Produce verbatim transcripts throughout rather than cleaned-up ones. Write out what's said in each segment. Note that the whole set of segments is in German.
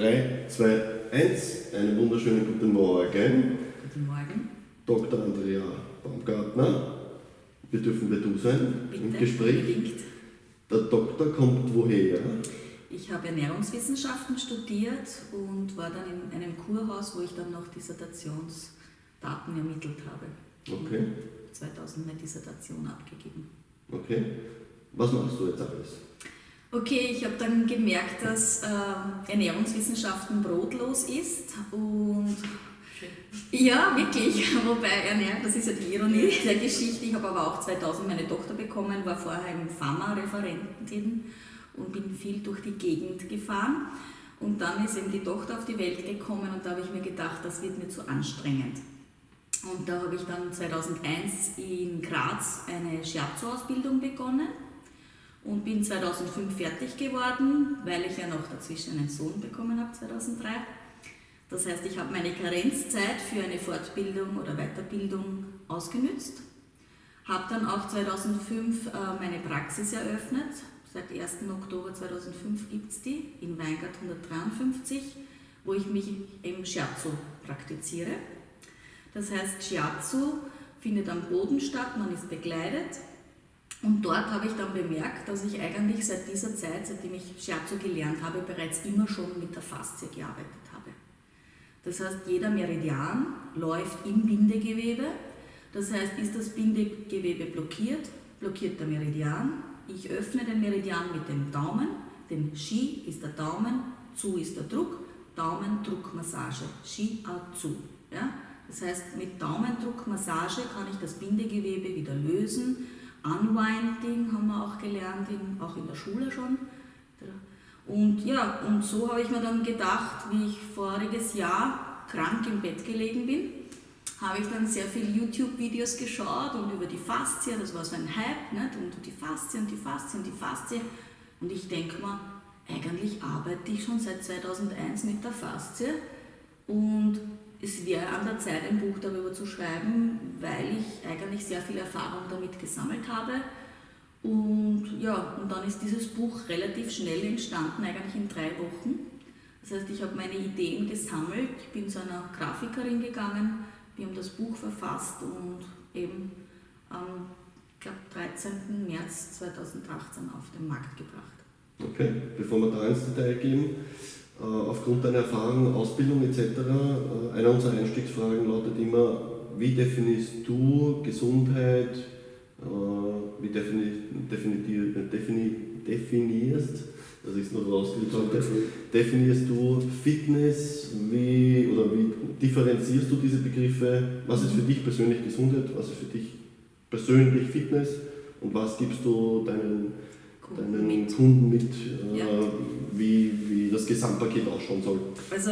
drei, zwei, eins. Einen wunderschönen guten Morgen. Guten Morgen. Doktor Andrea Baumgartner. Wir dürfen bei du sein. Bitte, im Gespräch. Unbedingt. Der Doktor kommt woher? Ich habe Ernährungswissenschaften studiert und war dann in einem Kurhaus, wo ich dann noch Dissertationsdaten ermittelt habe. Okay. Und zweitausend meine Dissertation abgegeben. Okay. Was machst du jetzt alles? Okay, ich habe dann gemerkt, dass äh, Ernährungswissenschaften brotlos ist und ja, wirklich, wobei Ernährung, das ist ja die Ironie der Geschichte. Ich habe aber auch zweitausend meine Tochter bekommen, war vorher im Pharma-Referentin und bin viel durch die Gegend gefahren. Und dann ist eben die Tochter auf die Welt gekommen und da habe ich mir gedacht, das wird mir zu anstrengend. Und da habe ich dann zweitausendeins in Graz eine Shiatsu-Ausbildung begonnen und bin zweitausendfünf fertig geworden, weil ich ja noch dazwischen einen Sohn bekommen habe, zweitausenddrei. Das heißt, ich habe meine Karenzzeit für eine Fortbildung oder Weiterbildung ausgenützt, habe dann auch zweitausendfünf meine Praxis eröffnet. Seit ersten Oktober zweitausendfünf gibt es die in Weingart hundertdreiundfünfzig, wo ich mich im Shiatsu praktiziere. Das heißt, Shiatsu findet am Boden statt, man ist bekleidet. Und dort habe ich dann bemerkt, dass ich eigentlich seit dieser Zeit, seitdem ich Shiatsu gelernt habe, bereits immer schon mit der Faszie gearbeitet habe. Das heißt, jeder Meridian läuft im Bindegewebe. Das heißt, ist das Bindegewebe blockiert, blockiert der Meridian. Ich öffne den Meridian mit dem Daumen, denn Shi ist der Daumen, Zu ist der Druck, Daumendruckmassage, Shiatsu. Ja? Das heißt, mit Daumendruckmassage kann ich das Bindegewebe wieder lösen. Unwinding haben wir auch gelernt, in, auch in der Schule schon. Und ja, und so habe ich mir dann gedacht, wie ich voriges Jahr krank im Bett gelegen bin, habe ich dann sehr viele YouTube-Videos geschaut und über die Faszie, das war so ein Hype, nicht? Und die Faszie und die Faszie und die Faszie. Und ich denke mir, eigentlich arbeite ich schon seit zweitausendeins mit der Faszie und es wäre an der Zeit, ein Buch darüber zu schreiben, weil ich eigentlich sehr viel Erfahrung damit gesammelt habe. Und ja, und dann ist dieses Buch relativ schnell entstanden, eigentlich in drei Wochen. Das heißt, ich habe meine Ideen gesammelt, ich bin zu einer Grafikerin gegangen, wir haben das Buch verfasst und eben am ich glaube, dreizehnten März zweitausendachtzehn auf den Markt gebracht. Okay, bevor wir da ins Detail gehen, äh, aufgrund deiner Erfahrung, Ausbildung et cetera, äh, eine unserer Einstiegsfragen lautet immer, wie definierst du Gesundheit, äh, wie defini defini defini definierst, das ist noch rausgekommen, definierst du Fitness, wie, oder wie differenzierst du diese Begriffe, was ist für dich persönlich Gesundheit, was ist für dich persönlich Fitness und was gibst du deinen, Kunden deinen mit. Kunden mit, äh, Ja. wie, wie das Gesamtpaket ausschauen soll? Also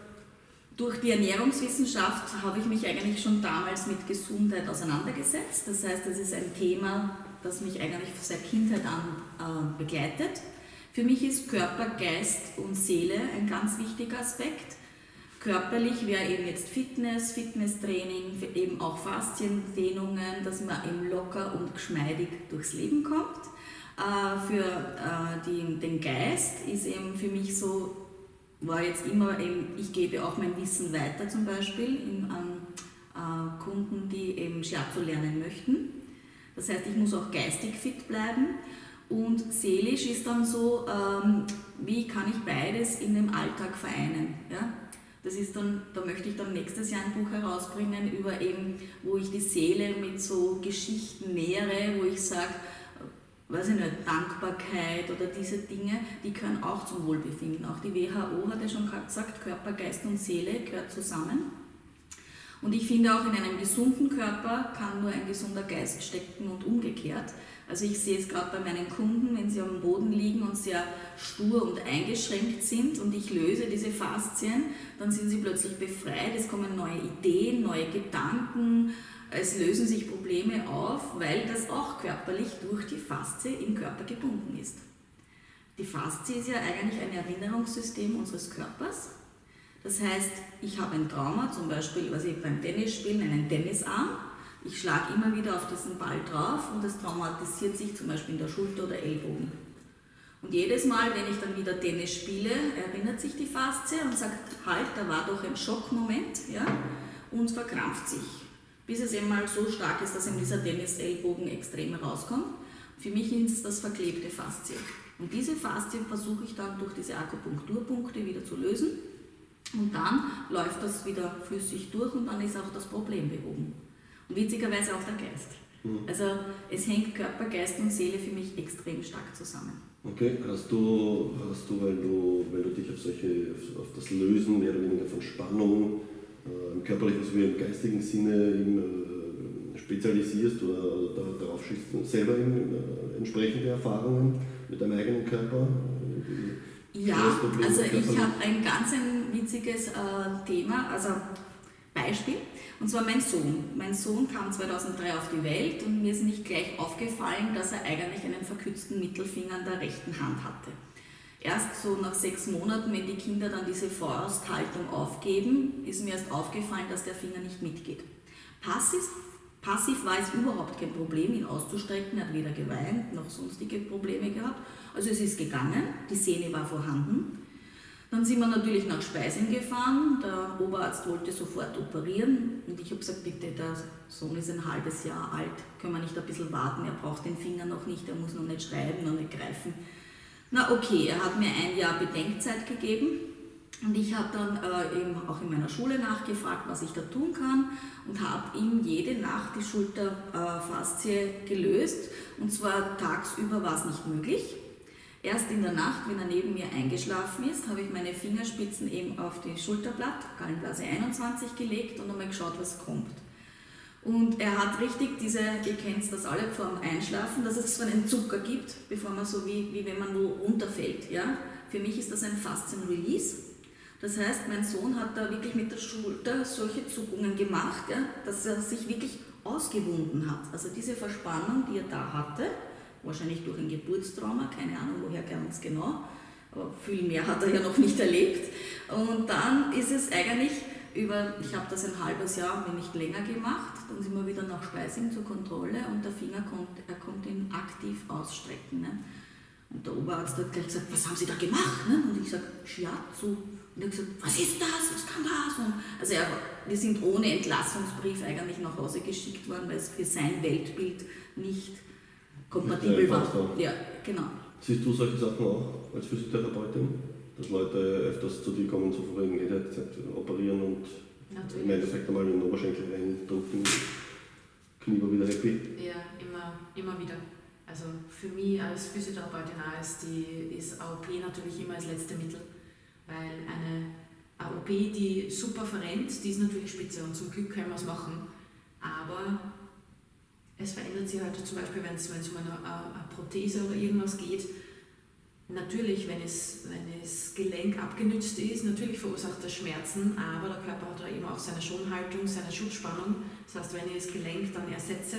durch die Ernährungswissenschaft habe ich mich eigentlich schon damals mit Gesundheit auseinandergesetzt. Das heißt, das ist ein Thema, das mich eigentlich seit Kindheit an äh, begleitet. Für mich ist Körper, Geist und Seele ein ganz wichtiger Aspekt. Körperlich wäre eben jetzt Fitness, Fitnesstraining, eben auch Fasziendehnungen, dass man eben locker und geschmeidig durchs Leben kommt. Äh, für äh, die, den Geist ist eben für mich so, war jetzt immer eben, ich gebe auch mein Wissen weiter zum Beispiel in, an äh, Kunden, die eben Shiatsu lernen möchten. Das heißt, ich muss auch geistig fit bleiben. Und seelisch ist dann so, ähm, wie kann ich beides in dem Alltag vereinen? Ja? Das ist dann, da möchte ich dann nächstes Jahr ein Buch herausbringen, über eben, wo ich die Seele mit so Geschichten nähere, wo ich sage, weiß ich nicht, Dankbarkeit oder diese Dinge, die gehören auch zum Wohlbefinden. Auch die W H O hat ja schon gesagt, Körper, Geist und Seele gehört zusammen. Und ich finde auch, in einem gesunden Körper kann nur ein gesunder Geist stecken und umgekehrt. Also ich sehe es gerade bei meinen Kunden, wenn sie am Boden liegen und sehr stur und eingeschränkt sind und ich löse diese Faszien, dann sind sie plötzlich befreit, es kommen neue Ideen, neue Gedanken, es lösen sich Probleme auf, weil das auch körperlich durch die Faszie im Körper gebunden ist. Die Faszie ist ja eigentlich ein Erinnerungssystem unseres Körpers. Das heißt, ich habe ein Trauma, zum Beispiel, was ich beim Tennisspielen, einen Tennisarm. Ich schlage immer wieder auf diesen Ball drauf und das traumatisiert sich zum Beispiel in der Schulter oder Ellbogen. Und jedes Mal, wenn ich dann wieder Tennis spiele, erinnert sich die Faszie und sagt, halt, da war doch ein Schockmoment, ja, und verkrampft sich. Bis es eben mal so stark ist, dass eben dieser Tennis-Ellbogen extrem rauskommt. Für mich ist das verklebte Faszie. Und diese Faszie versuche ich dann durch diese Akupunkturpunkte wieder zu lösen. Und dann läuft das wieder flüssig durch und dann ist auch das Problem behoben. Und witzigerweise auch der Geist. Mhm. Also es hängt Körper, Geist und Seele für mich extrem stark zusammen. Okay, hast du, hast du, weil du, weil du dich auf, solche, auf, auf das Lösen mehr oder weniger von Spannung äh, im körperlichen sowie im geistigen Sinne im, äh, spezialisierst oder, oder da, darauf schießt, selber in, äh, entsprechende Erfahrungen mit deinem eigenen Körper? Ja, also ich habe ein ganz ein witziges äh, Thema, also Beispiel, und zwar mein Sohn. Mein Sohn kam zweitausenddrei auf die Welt und mir ist nicht gleich aufgefallen, dass er eigentlich einen verkürzten Mittelfinger an der rechten Hand hatte. Erst so nach sechs Monaten, wenn die Kinder dann diese Fausthaltung aufgeben, ist mir erst aufgefallen, dass der Finger nicht mitgeht. Passiv, passiv war es überhaupt kein Problem, ihn auszustrecken, er hat weder geweint noch sonstige Probleme gehabt. Also es ist gegangen, die Sehne war vorhanden. Dann sind wir natürlich nach Speising gefahren, der Oberarzt wollte sofort operieren und ich habe gesagt, bitte, der Sohn ist ein halbes Jahr alt, können wir nicht ein bisschen warten, er braucht den Finger noch nicht, er muss noch nicht schreiben, noch nicht greifen. Na okay, er hat mir ein Jahr Bedenkzeit gegeben und ich habe dann äh, eben auch in meiner Schule nachgefragt, was ich da tun kann und habe ihm jede Nacht die Schulterfaszie äh, gelöst und zwar tagsüber war es nicht möglich. Erst in der Nacht, wenn er neben mir eingeschlafen ist, habe ich meine Fingerspitzen eben auf die Schulterblatt, Gallenblase einundzwanzig, gelegt und einmal geschaut, was kommt. Und er hat richtig diese, ihr kennt das alle vor dem Einschlafen, dass es so einen Zucker gibt, bevor man so wie, wie wenn man wo runterfällt. Ja? Für mich ist das ein Faszien-Release. Das heißt, mein Sohn hat da wirklich mit der Schulter solche Zuckungen gemacht, ja, dass er sich wirklich ausgewunden hat. Also diese Verspannung, die er da hatte, wahrscheinlich durch ein Geburtstrauma, keine Ahnung woher ganz genau, aber viel mehr hat er ja noch nicht erlebt. Und dann ist es eigentlich über, ich habe das ein halbes Jahr, wenn nicht länger gemacht, dann sind wir wieder nach Speising zur Kontrolle und der Finger kommt, er kommt ihn aktiv ausstrecken. Ne? Und der Oberarzt hat gleich gesagt, was haben Sie da gemacht? Ne? Und ich sage, Shiatsu. Und er hat gesagt, was ist das, was kann das? Und also er, wir sind ohne Entlassungsbrief eigentlich nach Hause geschickt worden, weil es für sein Weltbild nicht kompatibel ja, war. Ja, genau. Siehst du solche Sachen auch als Physiotherapeutin? Dass Leute öfters zu dir kommen, so von wegen, nee, der hat gesagt, operieren und natürlich. Im Endeffekt einmal in den Oberschenkel reindrücken, Knie war wieder happy? Ja, immer, immer wieder. Also für mich als Physiotherapeutin ist, die, ist A O P natürlich immer das letzte Mittel, weil eine A O P, die super verrennt, die ist natürlich spitze und zum Glück können wir es machen, aber es verändert sich halt zum Beispiel, wenn es, wenn es um eine, eine Prothese oder irgendwas geht. Natürlich, wenn es, wenn das Gelenk abgenützt ist, natürlich verursacht das Schmerzen, aber der Körper hat da eben auch seine Schonhaltung, seine Schutzspannung. Das heißt, wenn ich das Gelenk dann ersetze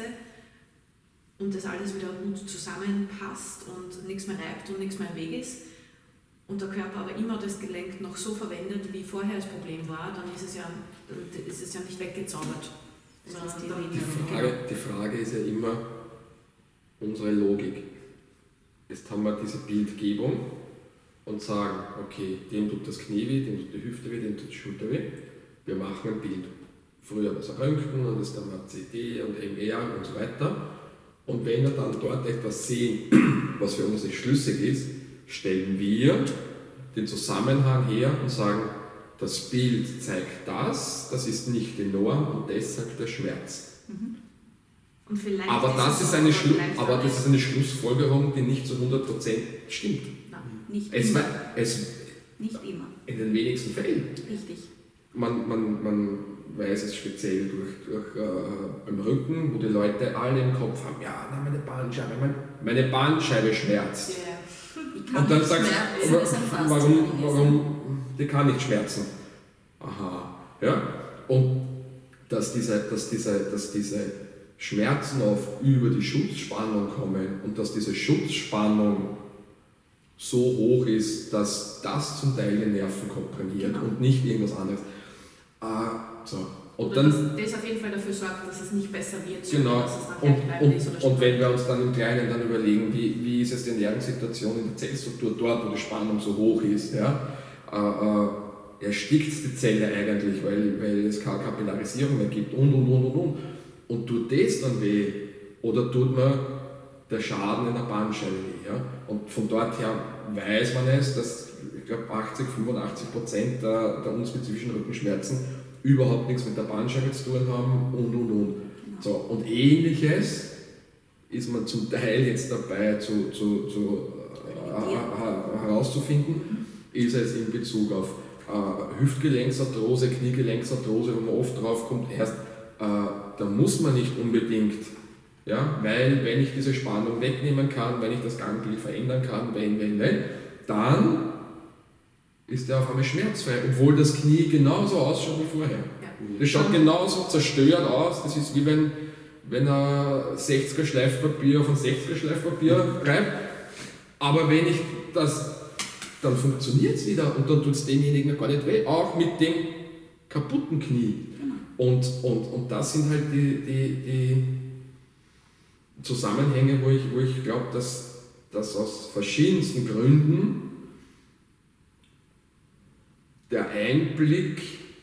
und das alles wieder gut zusammenpasst und nichts mehr reibt und nichts mehr im Weg ist und der Körper aber immer das Gelenk noch so verwendet, wie vorher das Problem war, dann ist es ja, dann ist es ja nicht weggezaubert. Die, die, Frage, die Frage ist ja immer unsere Logik. Jetzt haben wir diese Bildgebung und sagen, okay, dem tut das Knie weh, dem tut die Hüfte weh, dem tut die Schulter weh. Wir machen ein Bild. Früher war es ein Röntgen und jetzt haben wir C T und M R und so weiter. Und wenn wir dann dort etwas sehen, was für uns nicht schlüssig ist, stellen wir den Zusammenhang her und sagen, das Bild zeigt das, das ist nicht die Norm und deshalb der Schmerz. Mhm. Und vielleicht aber, das ist eine Schlu- aber das ist eine Schlussfolgerung, die nicht zu hundert Prozent stimmt. Nein, nicht es, immer. Es, nicht immer. In den wenigsten Fällen. Richtig. Man, man, man weiß es speziell durch, durch äh, im Rücken, wo die Leute alle im Kopf haben, ja, na, meine Bandscheibe, meine, meine Bandscheibe schmerzt. Yeah. Und dann sagst du, warum, warum, die kann nicht schmerzen. Aha, ja. Und dass diese, dass diese, dass diese Schmerzen oft über die Schutzspannung kommen und dass diese Schutzspannung so hoch ist, dass das zum Teil die Nerven komprimiert genau. und nicht irgendwas anderes. Äh, so. Und oder dann, dass das auf jeden Fall dafür sorgt, dass es nicht besser wird, genau. dass es dann und, gleich und, ist oder und wenn wir uns dann im Kleinen dann überlegen, wie, wie ist es die Ernährungssituation in der Zellstruktur dort, wo die Spannung so hoch ist, ja, äh, äh, erstickt die Zelle eigentlich, weil, weil es keine Kapillarisierung mehr gibt und und und und und. Und tut das dann weh oder tut man der Schaden in der Bandscheibe weh? Ja? Und von dort her weiß man es, dass ich glaube achtzig, fünfundachtzig Prozent der, der unspezifischen Rückenschmerzen überhaupt nichts mit der Bandscheibe zu tun haben und und und. So, und Ähnliches ist man zum Teil jetzt dabei zu, zu, zu äh, herauszufinden, ist es in Bezug auf äh, Hüftgelenksarthrose, Kniegelenksarthrose, wo man oft drauf kommt, erst äh, da muss man nicht unbedingt, ja, weil wenn ich diese Spannung wegnehmen kann, wenn ich das Gangbild verändern kann, wenn, wenn, wenn, dann ist der auf einmal schmerzfrei, obwohl das Knie genauso ausschaut wie vorher. Ja. Das schaut genauso zerstört aus, das ist wie wenn, wenn ein sechziger Schleifpapier auf ein sechziger Schleifpapier reibt, aber wenn ich das, dann funktioniert es wieder und dann tut es demjenigen gar nicht weh, auch mit dem kaputten Knie. Und, und, und das sind halt die, die, die Zusammenhänge, wo ich, wo ich glaube, dass, dass aus verschiedensten Gründen der Einblick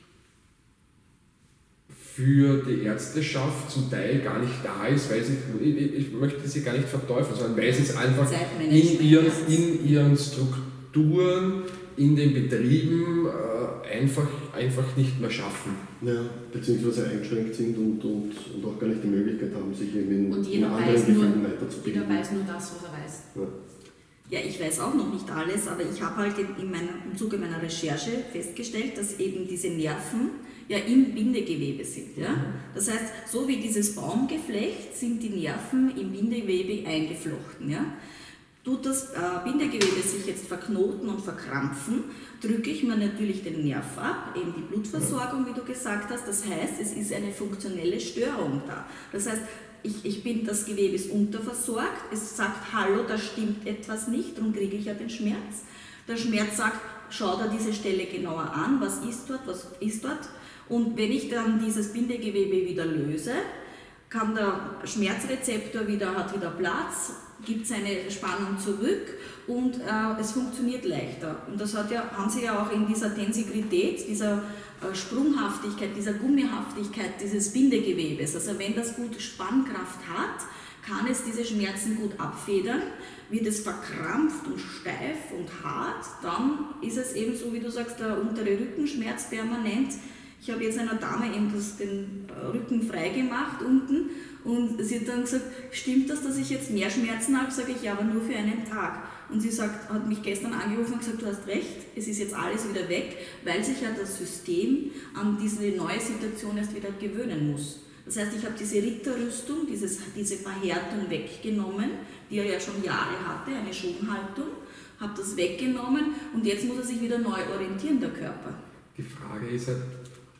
für die Ärzteschaft zum Teil gar nicht da ist, weil sie, ich, ich möchte sie gar nicht verteufeln, sondern weil sie es einfach in ihren, in ihren Strukturen, in den Betrieben äh, einfach, einfach nicht mehr schaffen. Ja, beziehungsweise eingeschränkt sind und, und, und auch gar nicht die Möglichkeit haben, sich in, und jeder in anderen weiß nur, Gefühlen weiterzubilden. Jeder weiß nur das, was er weiß. Ja. Ja, ich weiß auch noch nicht alles, aber ich habe halt in meiner, im Zuge meiner Recherche festgestellt, dass eben diese Nerven ja im Bindegewebe sind. Ja? Das heißt, so wie dieses Baumgeflecht sind die Nerven im Bindegewebe eingeflochten. Ja? Tut das äh, Bindegewebe sich jetzt verknoten und verkrampfen, drücke ich mir natürlich den Nerv ab, eben die Blutversorgung, wie du gesagt hast. Das heißt, es ist eine funktionelle Störung da. Das heißt, Ich, ich bin, das Gewebe ist unterversorgt, es sagt, hallo, da stimmt etwas nicht, darum kriege ich ja den Schmerz. Der Schmerz sagt, schau dir diese Stelle genauer an, was ist dort, was ist dort. Und wenn ich dann dieses Bindegewebe wieder löse, kann der Schmerzrezeptor wieder, hat wieder Platz, gibt seine Spannung zurück und äh, es funktioniert leichter. Und das hat ja, haben Sie ja auch in dieser Tensigrität, dieser äh, Sprunghaftigkeit, dieser Gummihaftigkeit dieses Bindegewebes. Also wenn das gut Spannkraft hat, kann es diese Schmerzen gut abfedern. Wird es verkrampft und steif und hart, dann ist es eben so, wie du sagst, der untere Rückenschmerz permanent. Ich habe jetzt einer Dame eben das, den Rücken freigemacht unten und sie hat dann gesagt, stimmt das, dass ich jetzt mehr Schmerzen habe? Sage ich, ja, aber nur für einen Tag. Und sie sagt, hat mich gestern angerufen und gesagt, du hast recht, es ist jetzt alles wieder weg, weil sich ja das System an diese neue Situation erst wieder gewöhnen muss. Das heißt, ich habe diese Ritterrüstung, dieses, diese Verhärtung weggenommen, die er ja schon Jahre hatte, eine Schonhaltung, habe das weggenommen und jetzt muss er sich wieder neu orientieren, der Körper. Die Frage ist halt,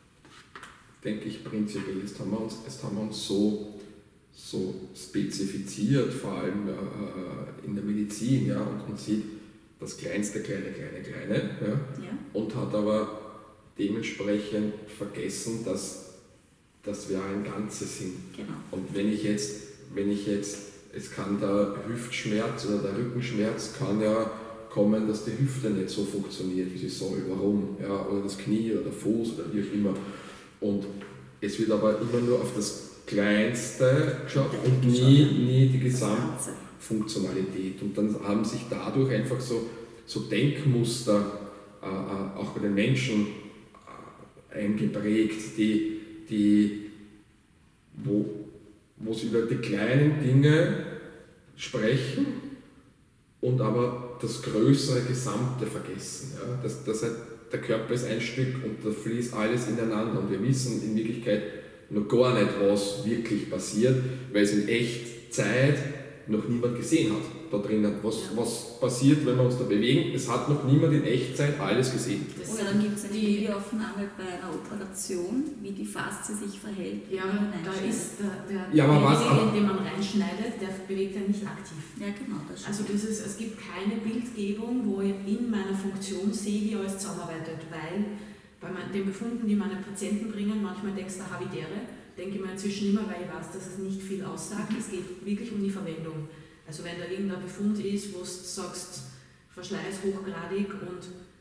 denke ich prinzipiell, jetzt haben wir uns, jetzt haben wir uns so, so spezifiziert, vor allem äh, in der Medizin, ja, und man sieht das kleinste, kleine, kleine, kleine, ja, ja. Und hat aber dementsprechend vergessen, dass, dass wir ein Ganzes sind. Genau. Und wenn ich jetzt, wenn ich jetzt, es kann der Hüftschmerz oder der Rückenschmerz kann ja kommen, dass die Hüfte nicht so funktioniert, wie sie soll, warum, ja, oder das Knie oder der Fuß oder wie auch immer. Und es wird aber immer nur auf das Kleinste geschaut und nie, nie die Gesamtfunktionalität. Und dann haben sich dadurch einfach so, so Denkmuster äh, auch bei den Menschen äh, eingeprägt, die, die, wo, wo sie über die kleinen Dinge sprechen und aber das größere Gesamte vergessen. Ja? Das, das heißt, der Körper ist ein Stück und da fließt alles ineinander und wir wissen in Wirklichkeit noch gar nicht, was wirklich passiert, weil es in Echtzeit noch niemand gesehen hat da drinnen, was, was passiert, wenn wir uns da bewegen. Es hat noch niemand in Echtzeit alles gesehen. Oder dann gibt es eine Videoaufnahme bei einer Operation, wie die Faszie sich verhält. Ja, da ist der, der ja, aber was, in den man reinschneidet, der bewegt ja nicht aktiv. Ja, genau. Das also dieses, es gibt keine Bildgebung, wo ich in meiner Funktion sehe, wie alles zusammenarbeitet, weil bei den Befunden, die meine Patienten bringen, manchmal denkst du, Havidere, denke ich mir inzwischen immer, weil ich weiß, dass es nicht viel aussagt. Es geht wirklich um die Verwendung. Also wenn da irgendein Befund ist, wo du sagst, Verschleiß hochgradig und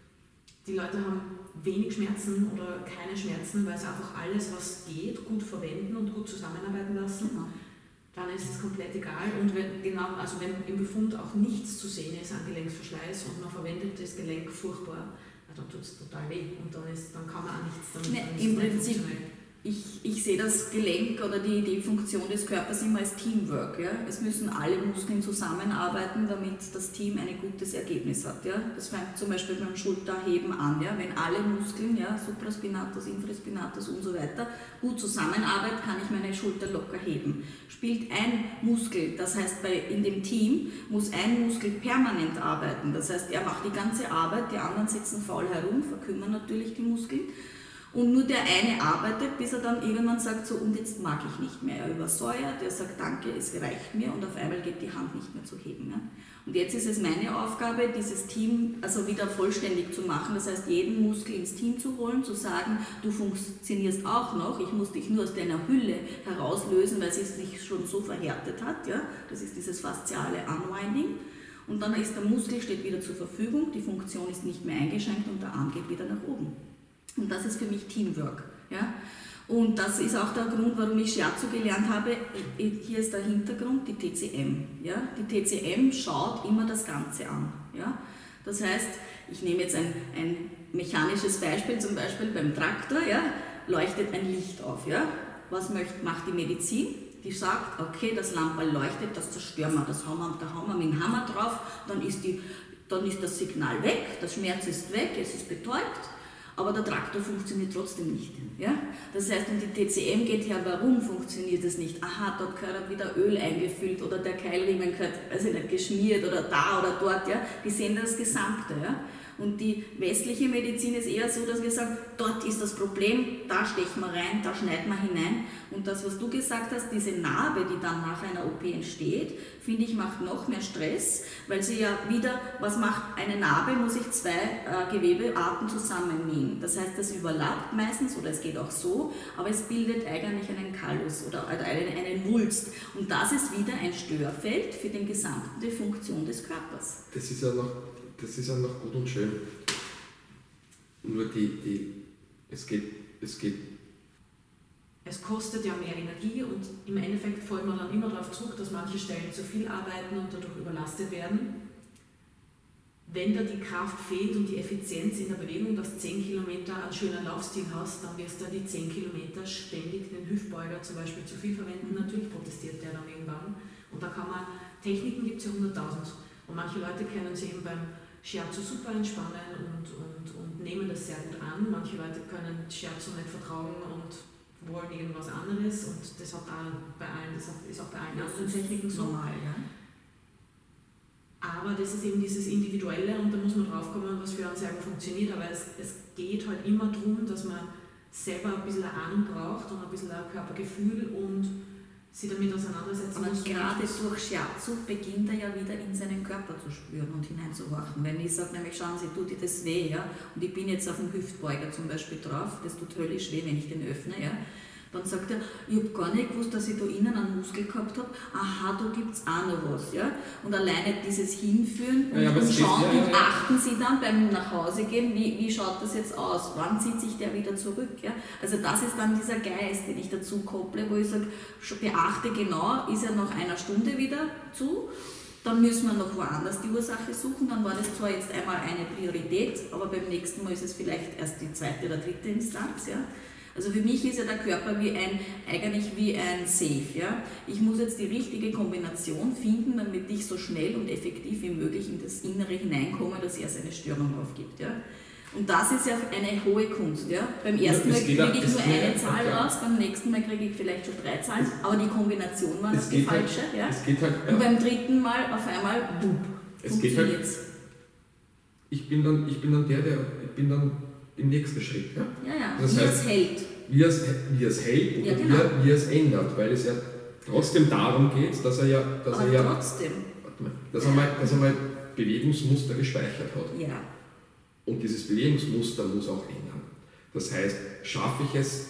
die Leute haben wenig Schmerzen oder keine Schmerzen, weil sie einfach alles, was geht, gut verwenden und gut zusammenarbeiten lassen, mhm. dann ist es komplett egal. Und wenn, genau, also wenn im Befund auch nichts zu sehen ist an Gelenksverschleiß und man verwendet das Gelenk furchtbar, dann tut es total weh und dann, ist, dann kann man auch nichts damit. Nee, im Prinzip, ich, ich sehe das Gelenk oder die, die Funktion des Körpers immer als Teamwork. Ja? Es müssen alle Muskeln zusammenarbeiten, damit das Team ein gutes Ergebnis hat. Ja? Das fängt zum Beispiel beim Schulterheben an. Ja? Wenn alle Muskeln, ja, Supraspinatus, Infraspinatus und so weiter, gut zusammenarbeiten, kann ich meine Schulter locker heben. Spielt ein Muskel, das heißt bei, in dem Team muss ein Muskel permanent arbeiten. Das heißt, er macht die ganze Arbeit, die anderen sitzen faul herum, verkümmern natürlich die Muskeln. Und nur der eine arbeitet, bis er dann irgendwann sagt, so und jetzt mag ich nicht mehr. Er übersäuert, er sagt danke, es reicht mir und auf einmal geht die Hand nicht mehr zu heben. Ja? Und jetzt ist es meine Aufgabe, dieses Team also wieder vollständig zu machen. Das heißt, jeden Muskel ins Team zu holen, zu sagen, du funktionierst auch noch, ich muss dich nur aus deiner Hülle herauslösen, weil sie sich schon so verhärtet hat. Ja? Das ist dieses fasziale Unwinding. Und dann ist der Muskel steht wieder zur Verfügung, die Funktion ist nicht mehr eingeschränkt und der Arm geht wieder nach oben. Und das ist für mich Teamwork. Ja? Und das ist auch der Grund, warum ich Shiatsu gelernt habe. Hier ist der Hintergrund, die T C M. Ja? Die T C M schaut immer das Ganze an. Ja? Das heißt, ich nehme jetzt ein, ein mechanisches Beispiel, zum Beispiel beim Traktor, ja? Leuchtet ein Licht auf. Ja? Was möcht, macht die Medizin? Die sagt, okay, das Lampe leuchtet, das zerstören wir, das hauen wir, da hauen wir mit dem Hammer drauf, dann ist, die, dann ist das Signal weg, der Schmerz ist weg, es ist betäubt. Aber der Traktor funktioniert trotzdem nicht. Ja? Das heißt, und die T C M geht her, warum funktioniert es nicht? Aha, dort gehört wieder Öl eingefüllt oder der Keilriemen gehört also nicht geschmiert oder da oder dort. Ja? Die sehen das Gesamte. Ja? Und die westliche Medizin ist eher so, dass wir sagen, dort ist das Problem, da stechen wir rein, da schneiden wir hinein. Und das, was du gesagt hast, diese Narbe, die dann nach einer O P entsteht, finde ich, macht noch mehr Stress, weil sie ja wieder, was macht eine Narbe, muss ich zwei äh, Gewebearten zusammennähen. Das heißt, das überlappt meistens, oder es geht auch so, aber es bildet eigentlich einen Kallus oder eine, einen Wulst. Und das ist wieder ein Störfeld für die gesamte Funktion des Körpers. Das ist ja noch Das ist ja noch gut und schön. Nur die, die, es geht, es geht. Es kostet ja mehr Energie und im Endeffekt fällt man dann immer darauf zurück, dass manche Stellen zu viel arbeiten und dadurch überlastet werden. Wenn da die Kraft fehlt und die Effizienz in der Bewegung, dass zehn Kilometer einen schönen Laufstil hast, dann wirst du die zehn Kilometer ständig den Hüftbeuger zum Beispiel zu viel verwenden. Natürlich protestiert der dann irgendwann. Und da kann man, Techniken gibt es ja hunderttausend. Und manche Leute können sich eben beim Shiatsu super entspannen und, und, und nehmen das sehr gut an. Manche Leute können Shiatsu nicht vertrauen und wollen irgendwas anderes und das, hat auch bei allen, das ist auch bei allen anderen Techniken so. Normal, ja. Aber das ist eben dieses Individuelle und da muss man drauf kommen, was für einen selber funktioniert. Aber es, es geht halt immer darum, dass man selber ein bisschen eine Ahnung braucht und ein bisschen ein Körpergefühl und sich damit auseinandersetzen muss. Aber gerade durch Shiatsu beginnt er ja wieder in seinen Körper zu spüren und hineinzuhorchen. Wenn ich sage, nämlich schauen Sie, tut dir das weh, ja, und ich bin jetzt auf dem Hüftbeuger zum Beispiel drauf, das tut höllisch weh, wenn ich den öffne, ja, dann sagt er, ich habe gar nicht gewusst, dass ich da innen einen Muskel gehabt habe, aha, da gibt es auch noch was. Ja? Und alleine dieses Hinführen und, ja, und schauen ja, ja, und achten Sie dann beim Nachhausegehen, wie, wie schaut das jetzt aus, wann zieht sich der wieder zurück. Ja? Also das ist dann dieser Geist, den ich dazu kopple, wo ich sage, beachte genau, ist er nach einer Stunde wieder zu, dann müssen wir noch woanders die Ursache suchen, dann war das zwar jetzt einmal eine Priorität, aber beim nächsten Mal ist es vielleicht erst die zweite oder dritte Instanz. Ja? Also für mich ist ja der Körper wie ein, eigentlich wie ein Safe. Ja? Ich muss jetzt die richtige Kombination finden, damit ich so schnell und effektiv wie möglich in das Innere hineinkomme, dass er seine Störung aufgibt. Ja? Und das ist ja eine hohe Kunst. Ja? Beim ersten Mal kriege ich nur eine Zahl raus, beim nächsten Mal kriege ich vielleicht schon drei Zahlen, aber die Kombination war noch die falsche. Halt, ja? es geht halt, ja. Und beim dritten Mal auf einmal, boop, funktioniert es. Halt, ich bin dann, ich bin dann der, der, ich bin dann im nächsten Schritt. Ja, ja, ja. Das wie heißt, es hält. Wie es, wie es hält oder ja, genau. wie, wie es ändert, weil es ja trotzdem darum geht, dass er ja, dass Aber er ja, trotzdem. Mal, dass, er mal, dass er mal Bewegungsmuster gespeichert hat. Ja. Und dieses Bewegungsmuster muss auch ändern. Das heißt, schaffe ich es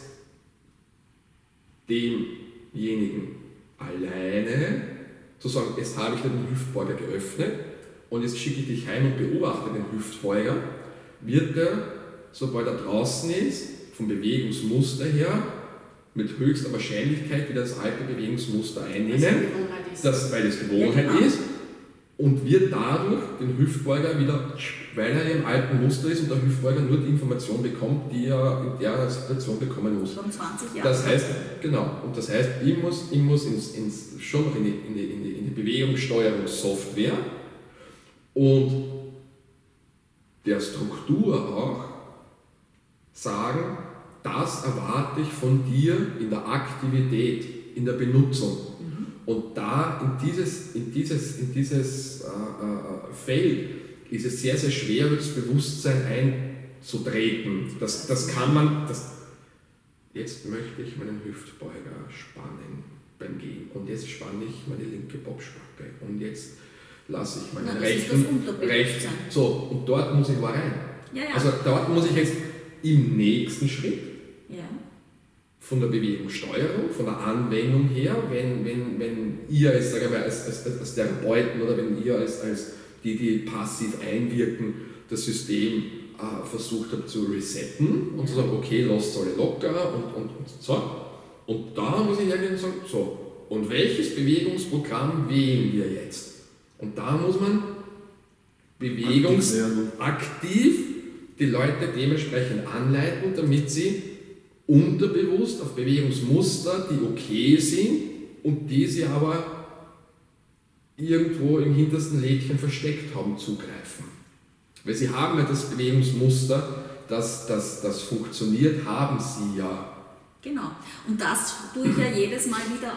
demjenigen alleine, zu sagen, jetzt habe ich dir den Hüftbeuger geöffnet und jetzt schicke ich dich heim und beobachte den Hüftbeuger, wird er, sobald er draußen ist, vom Bewegungsmuster her, mit höchster Wahrscheinlichkeit wieder das alte Bewegungsmuster einnehmen, das, weil es Gewohnheit ja, genau. ist, und wird dadurch den Hüftbeuger wieder, weil er im alten Muster ist und der Hüftbeuger nur die Information bekommt, die er in der Situation bekommen muss. Schon zwanzig Jahre. Das heißt, genau, und das heißt, ich muss, ich muss ins, ins, schon noch in die, in, die, in, die, in die Bewegungssteuerungssoftware und der Struktur auch sagen, das erwarte ich von dir in der Aktivität, in der Benutzung. Mhm. Und da in dieses, in dieses, in dieses äh, äh, Feld ist es sehr, sehr schwer, das Bewusstsein einzutreten. Das, das kann man, das, jetzt möchte ich meinen Hüftbeuger spannen beim Gehen und jetzt spanne ich meine linke Bobsbacke und jetzt lasse ich meinen Na, rechten, rechten, so, und dort muss ich mal rein. Ja, ja. Also dort muss ich jetzt im nächsten Schritt ja. von der Bewegungssteuerung, von der Anwendung her, wenn, wenn, wenn ihr als, sage ich mal, als, als, als Therapeuten oder wenn ihr als, als die, die passiv einwirken, das System äh, versucht habt zu resetten und ja. zu sagen, okay, lasst alle locker und, und, und so. Und da muss ich hergehen und sagen, so, und welches Bewegungsprogramm wählen wir jetzt? Und da muss man bewegungsaktiv die Leute dementsprechend anleiten, damit sie unterbewusst auf Bewegungsmuster, die okay sind und die sie aber irgendwo im hintersten Lädchen versteckt haben, zugreifen. Weil sie haben ja das Bewegungsmuster, das, das, das funktioniert, haben sie ja. Genau. Und das tue ich ja jedes Mal wieder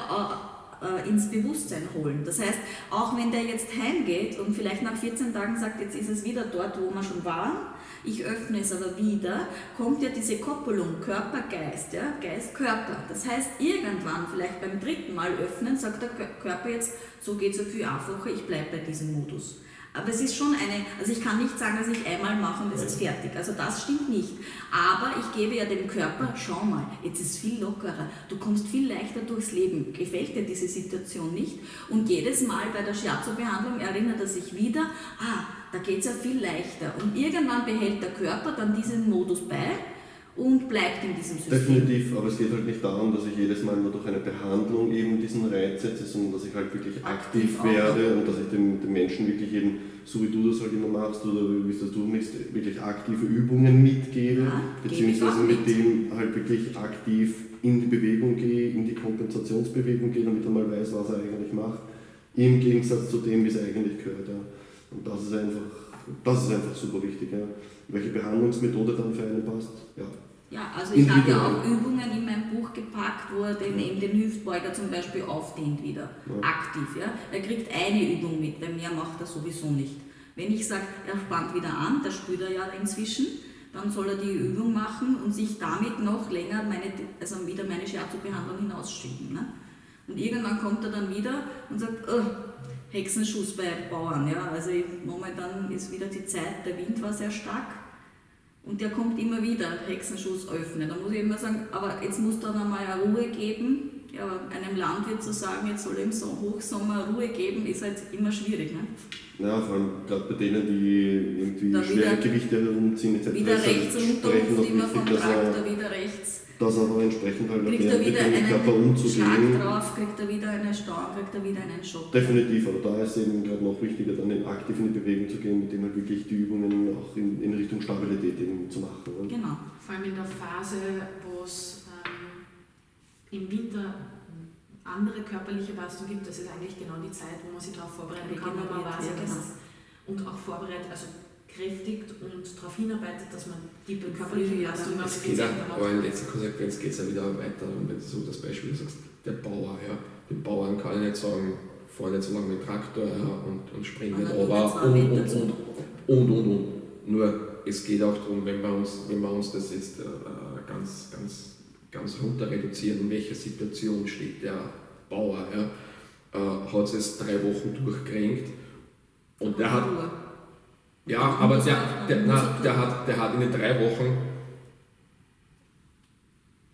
äh, ins Bewusstsein holen. Das heißt, auch wenn der jetzt heimgeht und vielleicht nach vierzehn Tagen sagt, jetzt ist es wieder dort, wo wir schon waren, ich öffne es aber wieder, kommt ja diese Koppelung Körper-Geist, ja? Geist-Körper. Das heißt, irgendwann, vielleicht beim dritten Mal öffnen, sagt der Körper jetzt, so geht es ja viel einfacher, ich bleibe bei diesem Modus. Aber es ist schon eine, also ich kann nicht sagen, dass ich einmal mache und es ist fertig, also das stimmt nicht. Aber ich gebe ja dem Körper, schau mal, jetzt ist es viel lockerer, du kommst viel leichter durchs Leben, gefällt dir diese Situation nicht? Und jedes Mal bei der Shiatsu-Behandlung erinnert er sich wieder, ah, da geht es ja viel leichter. Und irgendwann behält der Körper dann diesen Modus bei und bleibt in diesem System. Definitiv, aber es geht halt nicht darum, dass ich jedes Mal nur durch eine Behandlung eben diesen Reiz setze, sondern dass ich halt wirklich aktiv, aktiv werde und dass ich dem, dem Menschen wirklich eben, so wie du das halt immer machst oder wie es das du machst, wirklich aktive Übungen mitgebe, ja, beziehungsweise mit dem halt wirklich aktiv in die Bewegung gehe, in die Kompensationsbewegung gehe, damit er mal weiß, was er eigentlich macht, im Gegensatz zu dem, wie es eigentlich gehört. Ja. Und das ist einfach, das ist einfach super wichtig. Ja. Welche Behandlungsmethode dann für einen passt, ja. Ja, also ich habe ja auch Übungen in mein Buch gepackt, wo er den, eben den Hüftbeuger zum Beispiel aufdehnt wieder, ja. aktiv. Ja. Er kriegt eine Übung mit, bei mir macht er sowieso nicht. Wenn ich sage, er spannt wieder an, das spürt er ja inzwischen, dann soll er die Übung machen und sich damit noch länger meine, also wieder meine Shiatsu-Behandlung hinausschieben. Ne? Und irgendwann kommt er dann wieder und sagt, oh, Hexenschuss bei Bauern. Ja. Also momentan ist wieder die Zeit, der Wind war sehr stark. Und der kommt immer wieder, Hexenschuss öffnen. Da muss ich immer sagen, aber jetzt muss da einmal eine Ruhe geben. Ja, einem Landwirt zu sagen, jetzt soll ihm so Hochsommer Ruhe geben, ist halt immer schwierig. Ne? Ja, vor allem gerade bei denen, die irgendwie da schwere Gewichte herumziehen, et cetera. Wieder rechts runter, immer vom Traktor wieder rechts. Das aber entsprechend halt kriegt er wieder mit dem Körper umzugehen. Schlag drauf, kriegt er wieder eine Stau, kriegt er wieder einen Schock. Definitiv, aber da ist eben gerade noch wichtiger, dann aktiv in die Bewegung zu gehen, mit dem halt wirklich die Übungen auch in, in Richtung Stabilität eben zu machen. Ne? Genau. Vor allem in der Phase, wo es ähm, im Winter andere körperliche Belastung gibt, das ist eigentlich genau die Zeit, wo man sich darauf vorbereiten kann, wenn man weiß, ja, genau. Und auch vorbereitet, also kräftigt und darauf hinarbeitet, dass man die körperliche Belastung noch effizienter macht. Aber in letzter Konsequenz geht es ja wieder weiter. Und wenn du so das Beispiel sagst, der Bauer, ja, dem Bauern kann ich nicht sagen, fahr nicht so lange mit dem Traktor ja, und, und spring nicht runter und und und, und und und und. Nur es geht auch darum, wenn wir uns, wenn wir uns das jetzt äh, ganz, ganz, ganz runter reduzieren, in welcher Situation steht der Bauer, ja, äh, hat es jetzt drei Wochen durchgekränkt und der hat. Ja, aber der, der, na, der, hat, der hat in den drei Wochen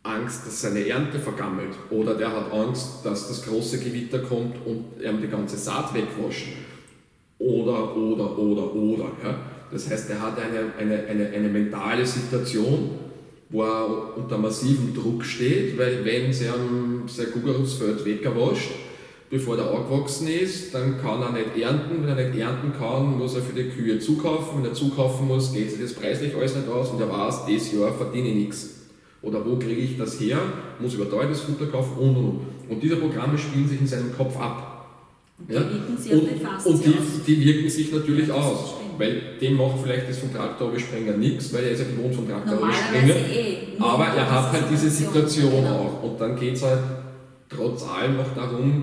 Angst, dass seine Ernte vergammelt, oder der hat Angst, dass das große Gewitter kommt und ihm die ganze Saat wegwascht, oder, oder, oder, oder. Ja? Das heißt, er hat eine, eine, eine, eine mentale Situation, wo er unter massivem Druck steht, weil wenn sie ihm sein Kugelrutzfeld wegwascht, bevor der angewachsen ist, dann kann er nicht ernten. Wenn er nicht ernten kann, muss er für die Kühe zukaufen. Wenn er zukaufen muss, geht sich das preislich alles nicht aus und er weiß, dieses Jahr verdiene ich nichts. Oder wo kriege ich das her? Muss über da das Futter kaufen und und und. Und diese Programme spielen sich in seinem Kopf ab. Und die ja? wirken sich auf die Faszie Und die, aus. die wirken sich natürlich Ja, aus. Weil dem macht vielleicht das vom Traktor überspringen nichts, weil er ist ja gewohnt vom Traktor überspringen. Eh, aber er hat halt diese Situation genau. auch. Und dann geht es halt trotz allem auch darum,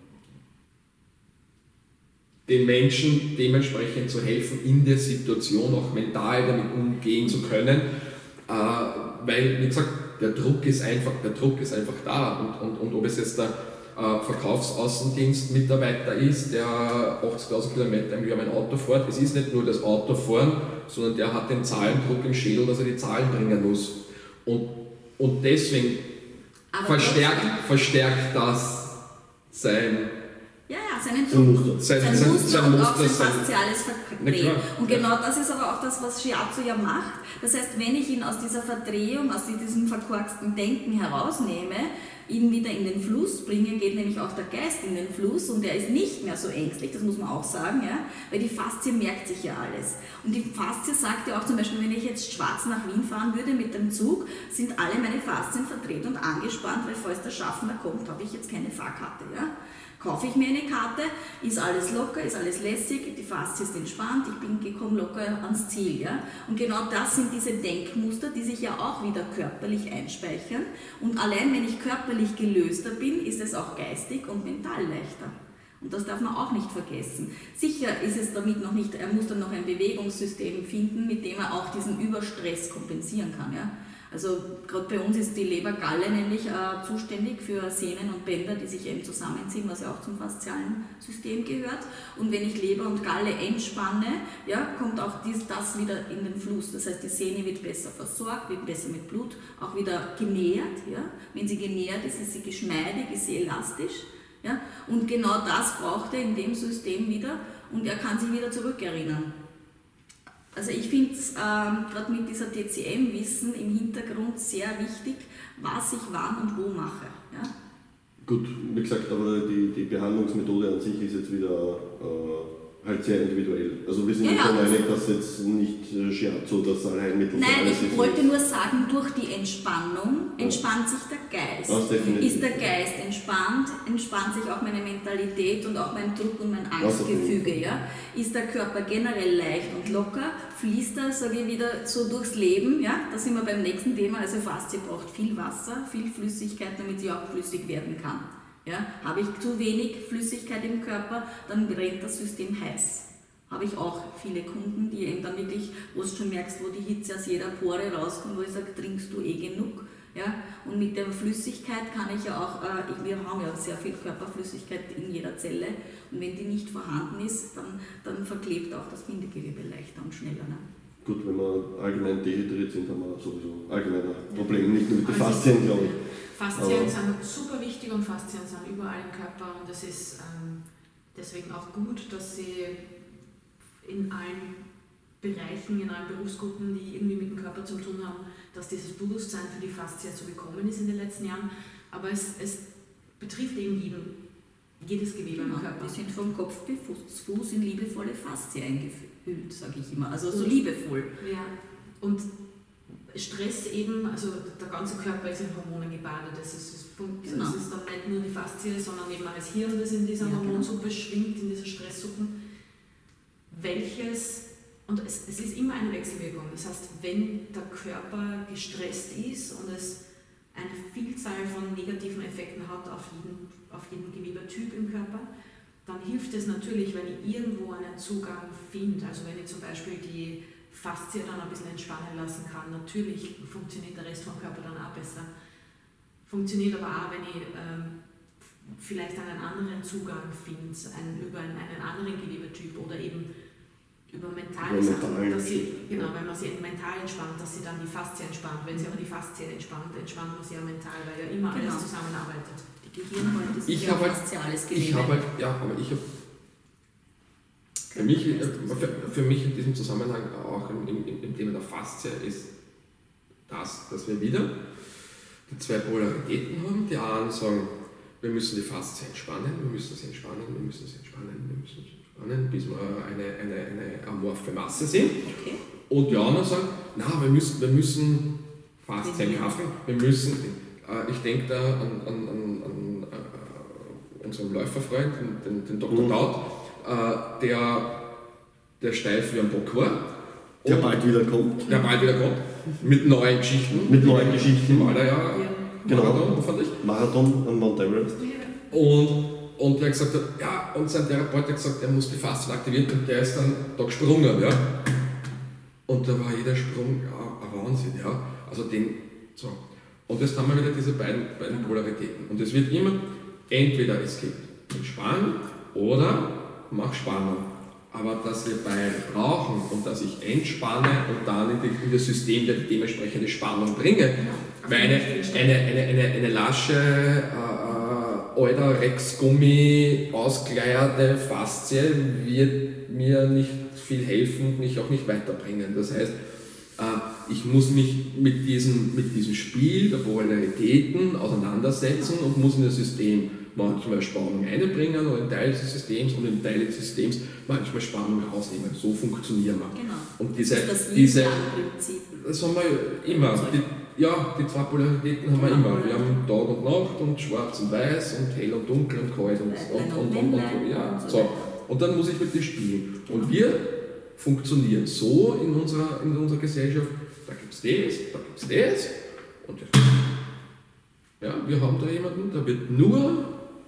den Menschen dementsprechend zu helfen, in der Situation auch mental damit umgehen zu können. Äh, weil, wie gesagt, der Druck ist einfach, der Druck ist einfach da. Und, und, und ob es jetzt der äh, Verkaufsaußendienstmitarbeiter ist, der achtzigtausend Kilometer im Jahr mit dem Auto fährt, es ist nicht nur das Autofahren, sondern der hat den Zahlendruck im Schädel, dass er die Zahlen bringen muss. Und, und deswegen verstärkt, verstärkt das sein Ja, ja, seinen Druck, sein, sein, sein, Muster sein und Muster, auch sein sein fasziales Verdrehen. Und genau das ist aber auch das, was Shiatsu ja macht. Das heißt, wenn ich ihn aus dieser Verdrehung, aus diesem verkorksten Denken herausnehme, ihn wieder in den Fluss bringe, geht nämlich auch der Geist in den Fluss und der ist nicht mehr so ängstlich, das muss man auch sagen, ja, weil die Faszie merkt sich ja alles. Und die Faszie sagt ja auch zum Beispiel, wenn ich jetzt schwarz nach Wien fahren würde mit dem Zug, sind alle meine Faszien verdreht und angespannt, weil falls der Schaffner kommt, habe ich jetzt keine Fahrkarte. Ja. Kaufe ich mir eine Karte, ist alles locker, ist alles lässig, die Faszie ist entspannt, ich bin gekommen locker ans Ziel. Ja? Und genau das sind diese Denkmuster, die sich ja auch wieder körperlich einspeichern. Und allein wenn ich körperlich gelöster bin, ist es auch geistig und mental leichter. Und das darf man auch nicht vergessen. Sicher ist es damit noch nicht, er muss dann noch ein Bewegungssystem finden, mit dem er auch diesen Überstress kompensieren kann. Ja? Also gerade bei uns ist die Lebergalle nämlich äh, zuständig für Sehnen und Bänder, die sich eben zusammenziehen, was ja auch zum faszialen System gehört. Und wenn ich Leber und Galle entspanne, ja, kommt auch dies, das wieder in den Fluss. Das heißt, die Sehne wird besser versorgt, wird besser mit Blut, auch wieder genährt. Ja. Wenn sie genährt ist, ist sie geschmeidig, ist sie elastisch. Ja. Und genau das braucht er in dem System wieder und er kann sich wieder zurückerinnern. Also ich finde es ähm, gerade mit dieser T C M-Wissen im Hintergrund sehr wichtig, was ich wann und wo mache. Ja? Gut, wie gesagt, aber die, die Behandlungsmethode an sich ist jetzt wieder äh, halt sehr individuell. Also wir sind ja, ja, schon ja, einig, dass jetzt nicht Shiatsu das Allheilmittel Nein, für alles ich ist. wollte nur sagen, durch die Entspannung entspannt sich der Geist. Das definitiv. Ist der Geist entspannt, entspannt sich auch meine Mentalität und auch mein Druck und mein Angstgefüge. Ja? Ist der Körper generell leicht und locker, fließt er, sage ich wieder, so durchs Leben. Ja? Da sind wir beim nächsten Thema. Also Faszie braucht viel Wasser, viel Flüssigkeit, damit sie auch flüssig werden kann. Ja, habe ich zu wenig Flüssigkeit im Körper, dann brennt das System heiß. Habe ich auch viele Kunden, die eben dann wirklich, wo du schon merkst, wo die Hitze aus jeder Pore rauskommt, wo ich sage, trinkst du eh genug. Ja? Und mit der Flüssigkeit kann ich ja auch, äh, wir haben ja sehr viel Körperflüssigkeit in jeder Zelle und wenn die nicht vorhanden ist, dann, dann verklebt auch das Bindegewebe leichter und schneller. Ne? Gut, wenn wir allgemein dehydriert sind, haben wir sowieso allgemein ein Problem, nicht nur mit den Faszien, glaube ich. Faszien sind super wichtig und Faszien sind überall im Körper und es ist ähm, deswegen auch gut, dass sie in allen Bereichen, in allen Berufsgruppen, die irgendwie mit dem Körper zu tun haben, dass dieses Bewusstsein für die Faszie so gekommen ist in den letzten Jahren. Aber es, es betrifft eben jeden, jedes Gewebe genau, im Körper. Die sind vom Kopf bis Fuß in liebevolle Faszie eingehüllt, sage ich immer. Also so liebevoll. Ja, und Stress eben, also der ganze Körper ist in Hormonen gebadet. Das ist, es genau. ist dann nicht nur die Faszie, sondern eben auch das Hirn, das in dieser ja, Hormonsuppe genau. schwingt, in dieser Stresssuppe. Welches, und es, es ist immer eine Wechselwirkung. Das heißt, wenn der Körper gestresst ist und es eine Vielzahl von negativen Effekten hat auf jeden, auf jeden Gewebetyp im Körper, dann hilft es natürlich, wenn ich irgendwo einen Zugang finde. Also wenn ich zum Beispiel die Faszie dann ein bisschen entspannen lassen kann. Natürlich funktioniert der Rest vom Körper dann auch besser. Funktioniert aber auch, wenn ich ähm, vielleicht einen anderen Zugang finde, einen, über einen, einen anderen Gewebetyp oder eben Über mentale Sachen, dass sie, genau, wenn man sie mental entspannt, dass sie dann die Faszie entspannt. Wenn sie aber die Faszie entspannt, entspannt man sie ja mental, weil ja immer genau. alles zusammenarbeitet. Die Gehirnhäute sind ja halt, fasziales Gewebe. Ich habe halt, ja, aber ich habe für mich, für, für mich in diesem Zusammenhang auch im, im, im Thema der Faszie ist das, dass wir wieder die zwei Polaritäten haben. Die einen sagen, wir müssen die Faszie entspannen, wir müssen sie entspannen, wir müssen sie entspannen, wir müssen sie entspannen, bis wir eine, eine, eine amorphe Masse sind. Okay. Und die anderen sagen, na, wir müssen, wir müssen Faszien schaffen, wir müssen, äh, ich denke da an, an, an, an äh, unseren Läuferfreund, den, den Doktor Mhm. Daut, äh, der, der steif wie ein Bock war. Der bald wieder kommt. Der bald wieder kommt, mit neuen Geschichten. Mit neuen Geschichten. Weil er ja, ja. Genau. Marathon, hoffentlich. Marathon am Mount Everest. Und Und der gesagt hat, ja, und sein Therapeut hat gesagt, er muss die Faszien aktivieren und der ist dann da gesprungen, ja. Und da war jeder Sprung, ja, ein Wahnsinn, ja. Also den, so. Und jetzt haben wir wieder diese beiden, beiden Polaritäten. Und es wird immer, entweder es gibt Entspannung oder mach Spannung. Aber dass wir beide brauchen und dass ich entspanne und dann in, die, in das System der dementsprechende Spannung bringe, weil eine, eine, eine, eine, eine lasche, äh, alter Rex-Gummi ausgeleierte Faszie wird mir nicht viel helfen und mich auch nicht weiterbringen. Das heißt, äh, ich muss mich mit diesem, mit diesem Spiel der Polaritäten auseinandersetzen und muss in das System manchmal Spannung einbringen oder in Teile des Systems und in Teile des Systems manchmal Spannung rausnehmen. So funktionieren wir. Genau. Und diese, das ist das diese, Prinzip. Das haben wir immer. Die, ja, die zwei Polaritäten haben wir immer. Wir haben Tag und Nacht und Schwarz und Weiß und Hell und Dunkel und Kalt und, und, und, und, und, und ja, so. Und dann muss ich mit dem spielen. Und wir funktionieren so in unserer, in unserer Gesellschaft. Da gibt es das, da gibt es das und das. Ja, wir haben da jemanden, der wird nur,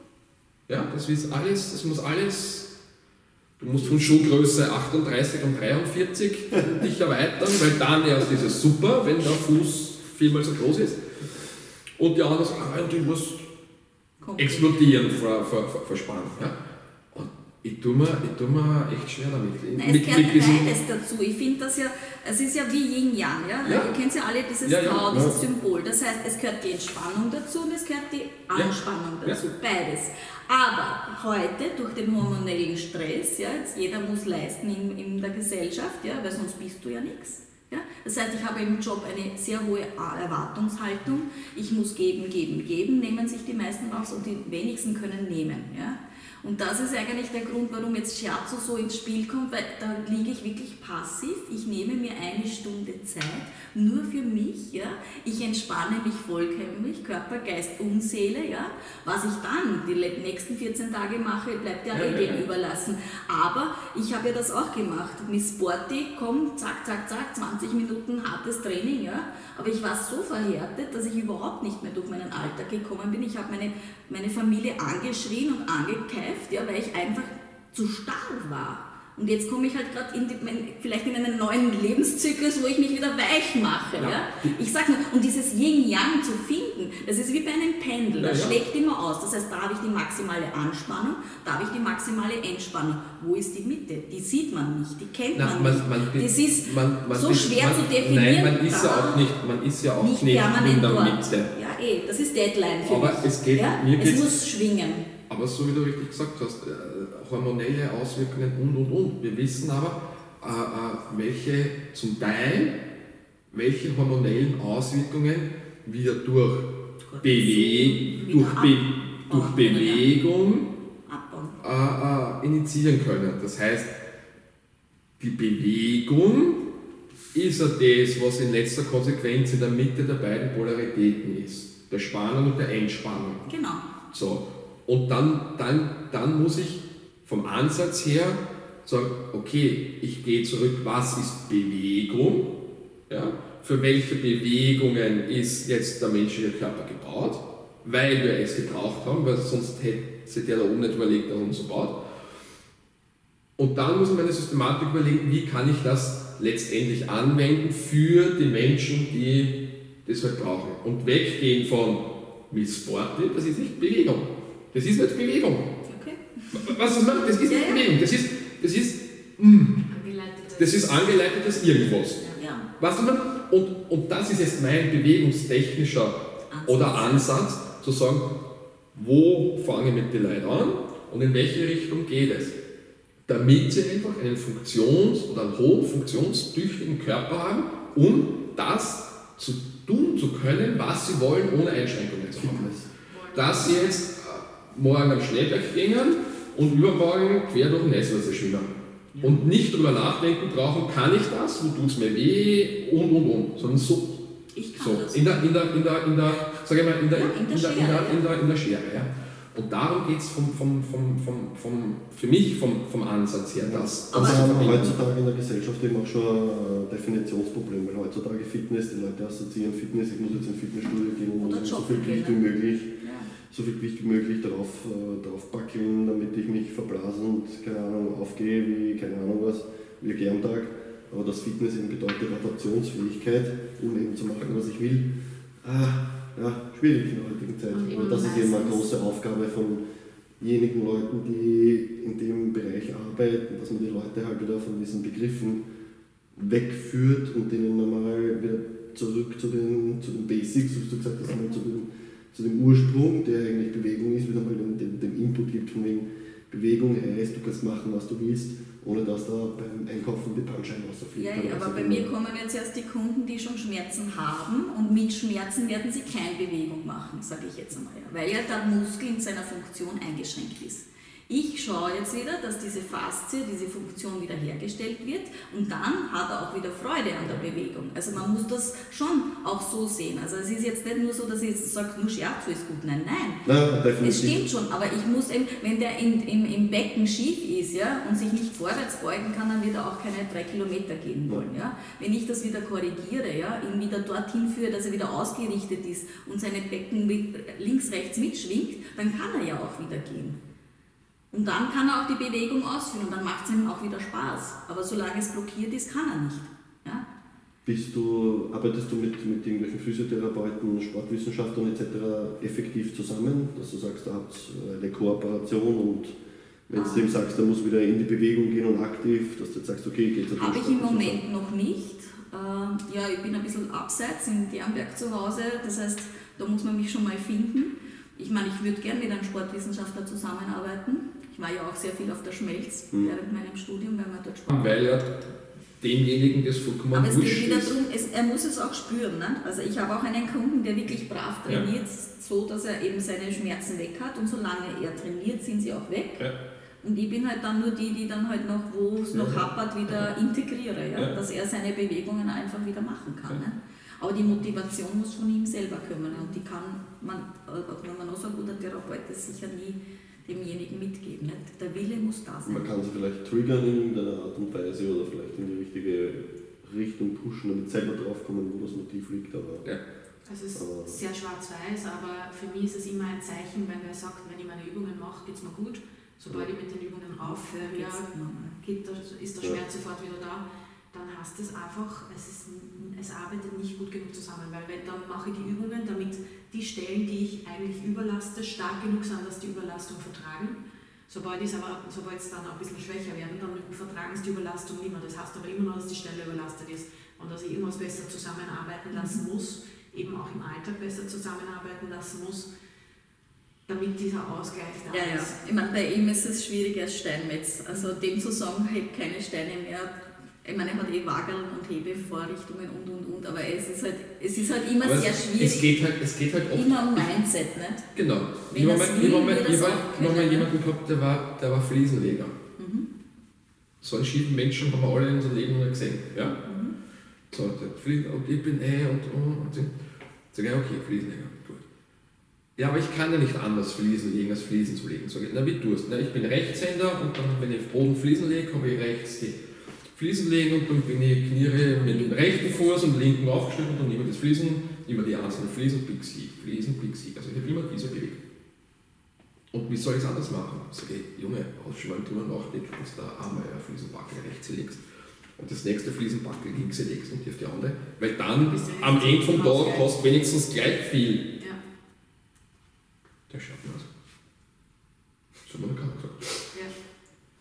ja, das ist alles, das muss alles, du musst von Schuhgröße achtunddreißig und dreiundvierzig dich erweitern, weil dann erst ist es super, wenn der Fuß viermal so groß ist. Und die anderen sagen, ah, du musst explodieren vor, vor, vor, vor Spannung. Ja? Und ich tue, mir, ich tue mir echt schwer damit. Nein, es gehört beides dazu. Ich finde das ja, es ist ja wie Yin-Yang. Ja? Ja. Ihr kennt ja alle dieses ja, ja, Tau, dieses ja. Symbol. Das heißt, es gehört die Entspannung dazu und es gehört die Anspannung ja. dazu. Ja. Beides. Aber heute, durch den hormonellen Stress, ja, jetzt jeder muss leisten in, in der Gesellschaft, ja, weil sonst bist du ja nichts. Ja? Das heißt, ich habe im Job eine sehr hohe Erwartungshaltung. Ich muss geben, geben, geben, nehmen sich die meisten raus und die wenigsten können nehmen. Ja? Und das ist eigentlich der Grund, warum jetzt Shiatsu so ins Spiel kommt, weil da liege ich wirklich passiv. Ich nehme mir eine Stunde Zeit, nur für mich. Ja? Ich entspanne mich vollkommen, Körper, Geist und Seele. Ja? Was ich dann die nächsten vierzehn Tage mache, bleibt ja eh dem überlassen. Aber ich habe ja das auch gemacht. Miss Sporty, komm, zack, zack, zack, zwanzig Minuten hartes Training. Ja? Aber ich war so verhärtet, dass ich überhaupt nicht mehr durch meinen Alltag gekommen bin. Ich habe meine, meine Familie angeschrien und angekeift, ja, weil ich einfach zu stark war. Und jetzt komme ich halt gerade in die, vielleicht in einen neuen Lebenszyklus, wo ich mich wieder weich mache. Ja. Ja? Ich sage nur, und dieses Yin-Yang zu finden, das ist wie bei einem Pendel, das ja, ja. schlägt immer aus. Das heißt, da habe ich die maximale Anspannung, da habe ich die maximale Entspannung. Wo ist die Mitte? Die sieht man nicht, die kennt Na, man, man nicht. Man, man, das ist man, man, so schwer man, zu definieren. Nein, man ist ja auch nicht, man ist ja auch nicht, nicht in der dort. Mitte. Ja, eh, das ist Deadline für Aber mich. Es, geht, ja? mir es muss schwingen. Aber so wie du richtig gesagt hast, äh, hormonelle Auswirkungen und und und. Wir wissen aber, äh, äh, welche zum Teil, welche hormonellen Auswirkungen wir durch, Bewe durch, Be durch Bewegung äh, äh, initiieren können. Das heißt, die Bewegung ist ja das, was in letzter Konsequenz in der Mitte der beiden Polaritäten ist. Der Spannung und der Entspannung. Genau. So. Und dann, dann, dann muss ich vom Ansatz her sagen, okay, ich gehe zurück, was ist Bewegung? Ja? Für welche Bewegungen ist jetzt der menschliche Körper gebaut? Weil wir es gebraucht haben, weil sonst hätte sich der da oben nicht überlegt, dass er uns so baut. Und dann muss ich meine Systematik überlegen, wie kann ich das letztendlich anwenden für die Menschen, die das halt brauchen. Und weggehen von Miss Sporty, das ist nicht Bewegung. Das ist nicht Bewegung. Okay. Was das macht, das ist ja, nicht ja. Bewegung. Das ist, das ist, mm. Angeleitet das ist angeleitetes Irgendwas. Ja. Weißt du, und, und das ist jetzt mein bewegungstechnischer Ansatz. oder Ansatz, zu sagen, wo fange ich mit den Leuten an und in welche Richtung geht es. Damit sie einfach einen funktions- oder einen hohen funktionstüchtigen Körper haben, um das zu tun zu können, was sie wollen, ohne Einschränkungen zu haben. Dass sie jetzt morgen am Schneeberg gehen und übermorgen quer durch den Näswasser schwimmen. Ja. Und nicht darüber nachdenken brauchen, kann ich das, wo tut es mir weh und und und, sondern so. Ich kann so das. In der, in der, in der, in der, sag ich mal, in der, ja, in der, in der, Schere, in der, ja. in der, in der Schere. Ja. Und darum geht es vom, vom, vom, vom, vom, für mich vom, vom Ansatz her. Das aber wir haben heutzutage in der Gesellschaft eben auch schon ein Definitionsproblem, weil heutzutage Fitness, die Leute assoziieren Fitness, ich muss jetzt ins Fitnessstudio gehen und muss so viel Gewicht wie möglich, ja. so viel Gewicht wie möglich darauf, äh, darauf backeln, damit ich mich verblase und keine Ahnung aufgehe wie keine Ahnung was, wie ein am Tag. Aber das Fitness eben bedeutet Adaptionsfähigkeit, um eben zu machen, was ich will. Ah, ja, schwierig in der heutigen Zeit. Aber das ist eben eine große Aufgabe von jenigen Leuten, die in dem Bereich arbeiten, dass man die Leute halt wieder von diesen Begriffen wegführt und denen nochmal wieder zurück zu den, zu den Basics, wie du gesagt hast, einmal zu dem, zu dem Ursprung, der eigentlich Bewegung ist, wieder mal den, den, den Input gibt von wegen Bewegung heißt, du kannst machen, was du willst, ohne dass da beim Einkaufen die Bandscheiben rausfliegt. Ja, ja, aber bei mir kommen jetzt erst die Kunden, die schon Schmerzen haben und mit Schmerzen werden sie keine Bewegung machen, sage ich jetzt einmal, weil ja der Muskel in seiner Funktion eingeschränkt ist. Ich schaue jetzt wieder, dass diese Faszie, diese Funktion wieder hergestellt wird und dann hat er auch wieder Freude an der Bewegung. Also man muss das schon auch so sehen. Also es ist jetzt nicht nur so, dass ich jetzt sage, nur Scherzo ist gut. Nein, nein. Ja, es stimmt schon, aber ich muss eben, wenn der in, im, im Becken schief ist, ja, und sich nicht vorwärts beugen kann, dann wird er auch keine drei Kilometer gehen wollen. Ja. Wenn ich das wieder korrigiere, ja, ihn wieder dorthin führe, dass er wieder ausgerichtet ist und seine Becken mit, links, rechts mitschwingt, dann kann er ja auch wieder gehen. Und dann kann er auch die Bewegung ausführen und dann macht es ihm auch wieder Spaß. Aber solange es blockiert ist, kann er nicht. Ja? Bist du, arbeitest du mit, mit irgendwelchen Physiotherapeuten, Sportwissenschaftlern et cetera effektiv zusammen, dass du sagst, da habt ihr eine Kooperation und wenn du dem sagst, da muss wieder in die Bewegung gehen und aktiv, dass du jetzt sagst, okay, geht es. Habe ich im Moment noch nicht. Äh, ja, ich bin ein bisschen abseits in Dernberg zu Hause, das heißt, da muss man mich schon mal finden. Ich meine, ich würde gerne mit einem Sportwissenschaftler zusammenarbeiten. Ich war ja auch sehr viel auf der Schmelz mhm. während meinem Studium, weil man dort Sport. Weil ja demjenigen das vollkommen Aber es wurscht geht wieder ist. darum, es, er muss es auch spüren. Ne? Also ich habe auch einen Kunden, der wirklich brav trainiert, ja. so dass er eben seine Schmerzen weg hat und solange er trainiert, sind sie auch weg. Ja. Und ich bin halt dann nur die, die dann halt noch, wo es noch ja. hapert, wieder integriere, ja? Ja. dass er seine Bewegungen einfach wieder machen kann. Ja. Ne? Aber die Motivation muss von ihm selber kommen und die kann man, wenn man noch so ein guter Therapeut ist, sicher nie demjenigen mitgeben. Nicht? Der Wille muss da sein. Man kann sie vielleicht triggern in irgendeiner Art und Weise oder vielleicht in die richtige Richtung pushen, damit selber draufkommen, wo das Motiv liegt. Aber, ja. Das ist aber sehr schwarz-weiß, aber für mich ist es immer ein Zeichen, wenn wer sagt, wenn ich meine Übungen mache, geht es mir gut. Sobald ja. ich mit den Übungen aufhöre, ja, geht der, ist der Schmerz ja. sofort wieder da. Dann heißt es einfach, es, ist, es arbeitet nicht gut genug zusammen, weil wenn, dann mache ich die Übungen, damit die Stellen, die ich eigentlich überlaste, stark genug sind, dass die Überlastung vertragen. Sobald es aber, sobald es dann ein bisschen schwächer werden, dann vertragen es die Überlastung nicht mehr. Das heißt aber immer noch, dass die Stelle überlastet ist und dass ich irgendwas besser zusammenarbeiten lassen muss, eben auch im Alltag besser zusammenarbeiten lassen muss, damit dieser Ausgleich da ja, ist. Ja. Ich meine, bei ihm ist es schwierig als Steinmetz. Also dem zu sagen, heb keine Steine mehr. Ich meine, er hat eh Wageln und Hebevorrichtungen und und und, aber es ist halt, es ist halt immer aber sehr es, schwierig. Es geht halt, es geht halt oft. Immer um Mindset, nicht? Genau. Ich habe mal, hab mal jemanden gehabt, der war, der war Fliesenleger. Mhm. So einen schiefen Menschen haben wir alle in unserem Leben gesehen. Ja? Mhm. So, und ich bin eh und und. und sag ich, okay, Fliesenleger, gut. Ja, aber ich kann ja nicht anders Fliesen legen, als Fliesen zu legen. Sag ich, na, wie tust du? Ich bin Rechtshänder und dann, wenn ich auf Boden Fliesen lege, habe ich rechts die Fliesen legen und dann bin ich kniere mit dem rechten Fuß und linken aufgestellt und dann nehme ich das Fliesen, immer die einzelnen Fliesen, Big Sieg, Fliesen, Big Sieg. Also ich habe immer diese Bewegung. Und wie soll ich es anders machen? Sag ich, Junge, hast du schon mal drüber nachgedacht, dass du da einmal eine Fliesenbacke rechts legst und das nächste Fliesenbacke links legst und die auf die andere? Weil dann am Ende vom Tag hast du wenigstens gleich viel. Ja. Der schaut mir aus. Das hat mir noch keiner gesagt. Ja.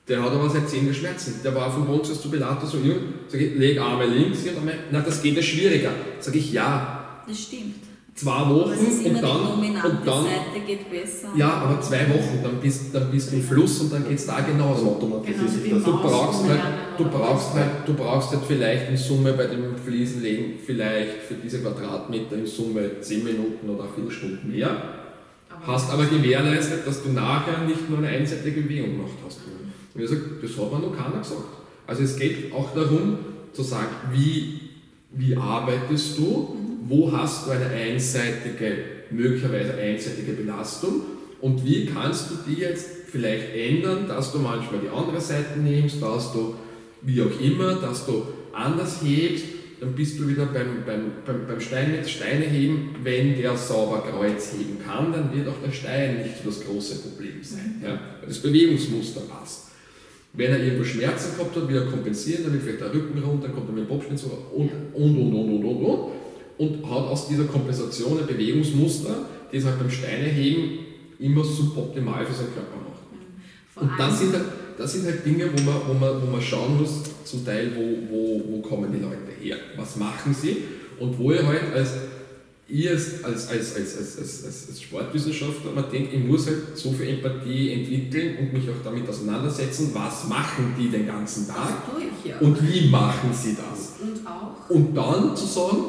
der hat aber seit zehn Schmerzen. Der war von Pontius zu Pilatus und jung. Sag ich, leg Arme links hier und Arme. Na, das geht ja schwieriger. Sag ich, ja. Das stimmt. Zwei Wochen und dann. Die dominante und dann Seite geht besser. Ja, aber zwei Wochen, dann bist, dann bist du im Fluss und dann geht es da genauso. Genau, Du brauchst, halt, du, brauchst halt, du brauchst halt vielleicht in Summe bei dem Fliesenlegen vielleicht für diese Quadratmeter in Summe zehn Minuten oder vier Stunden mehr. Aber hast aber gewährleistet, dass du nachher nicht nur eine einseitige Bewegung gemacht hast. Und ich sage, das hat mir noch keiner gesagt. Also es geht auch darum zu sagen, wie, wie arbeitest du, wo hast du eine einseitige, möglicherweise einseitige Belastung und wie kannst du die jetzt vielleicht ändern, dass du manchmal die andere Seite nimmst, dass du, wie auch immer, dass du anders hebst, dann bist du wieder beim, beim, beim, beim Stein mit Steine heben. Wenn der sauber Kreuz heben kann, dann wird auch der Stein nicht so das große Problem sein, ja? Weil das Bewegungsmuster passt. Wenn er irgendwo Schmerzen gehabt hat, will er kompensieren, dann wird vielleicht der Rücken runter, dann kommt er mit dem Bobschnitt und, und, und, und, und, und, und. Und hat aus dieser Kompensation ein Bewegungsmuster, das halt beim Steineheben immer suboptimal für seinen Körper macht. Mhm. Und das sind, halt, das sind halt Dinge, wo man, wo man, wo man schauen muss, zum Teil, wo, wo, wo kommen die Leute her, was machen sie und wo ihr halt als, ihr als, als, als, als, als, als, als Sportwissenschaftler, man denkt, ich muss halt so viel Empathie entwickeln und mich auch damit auseinandersetzen, was machen die den ganzen Tag durch, ja. Und wie machen sie das. Und auch. Und dann zu sagen,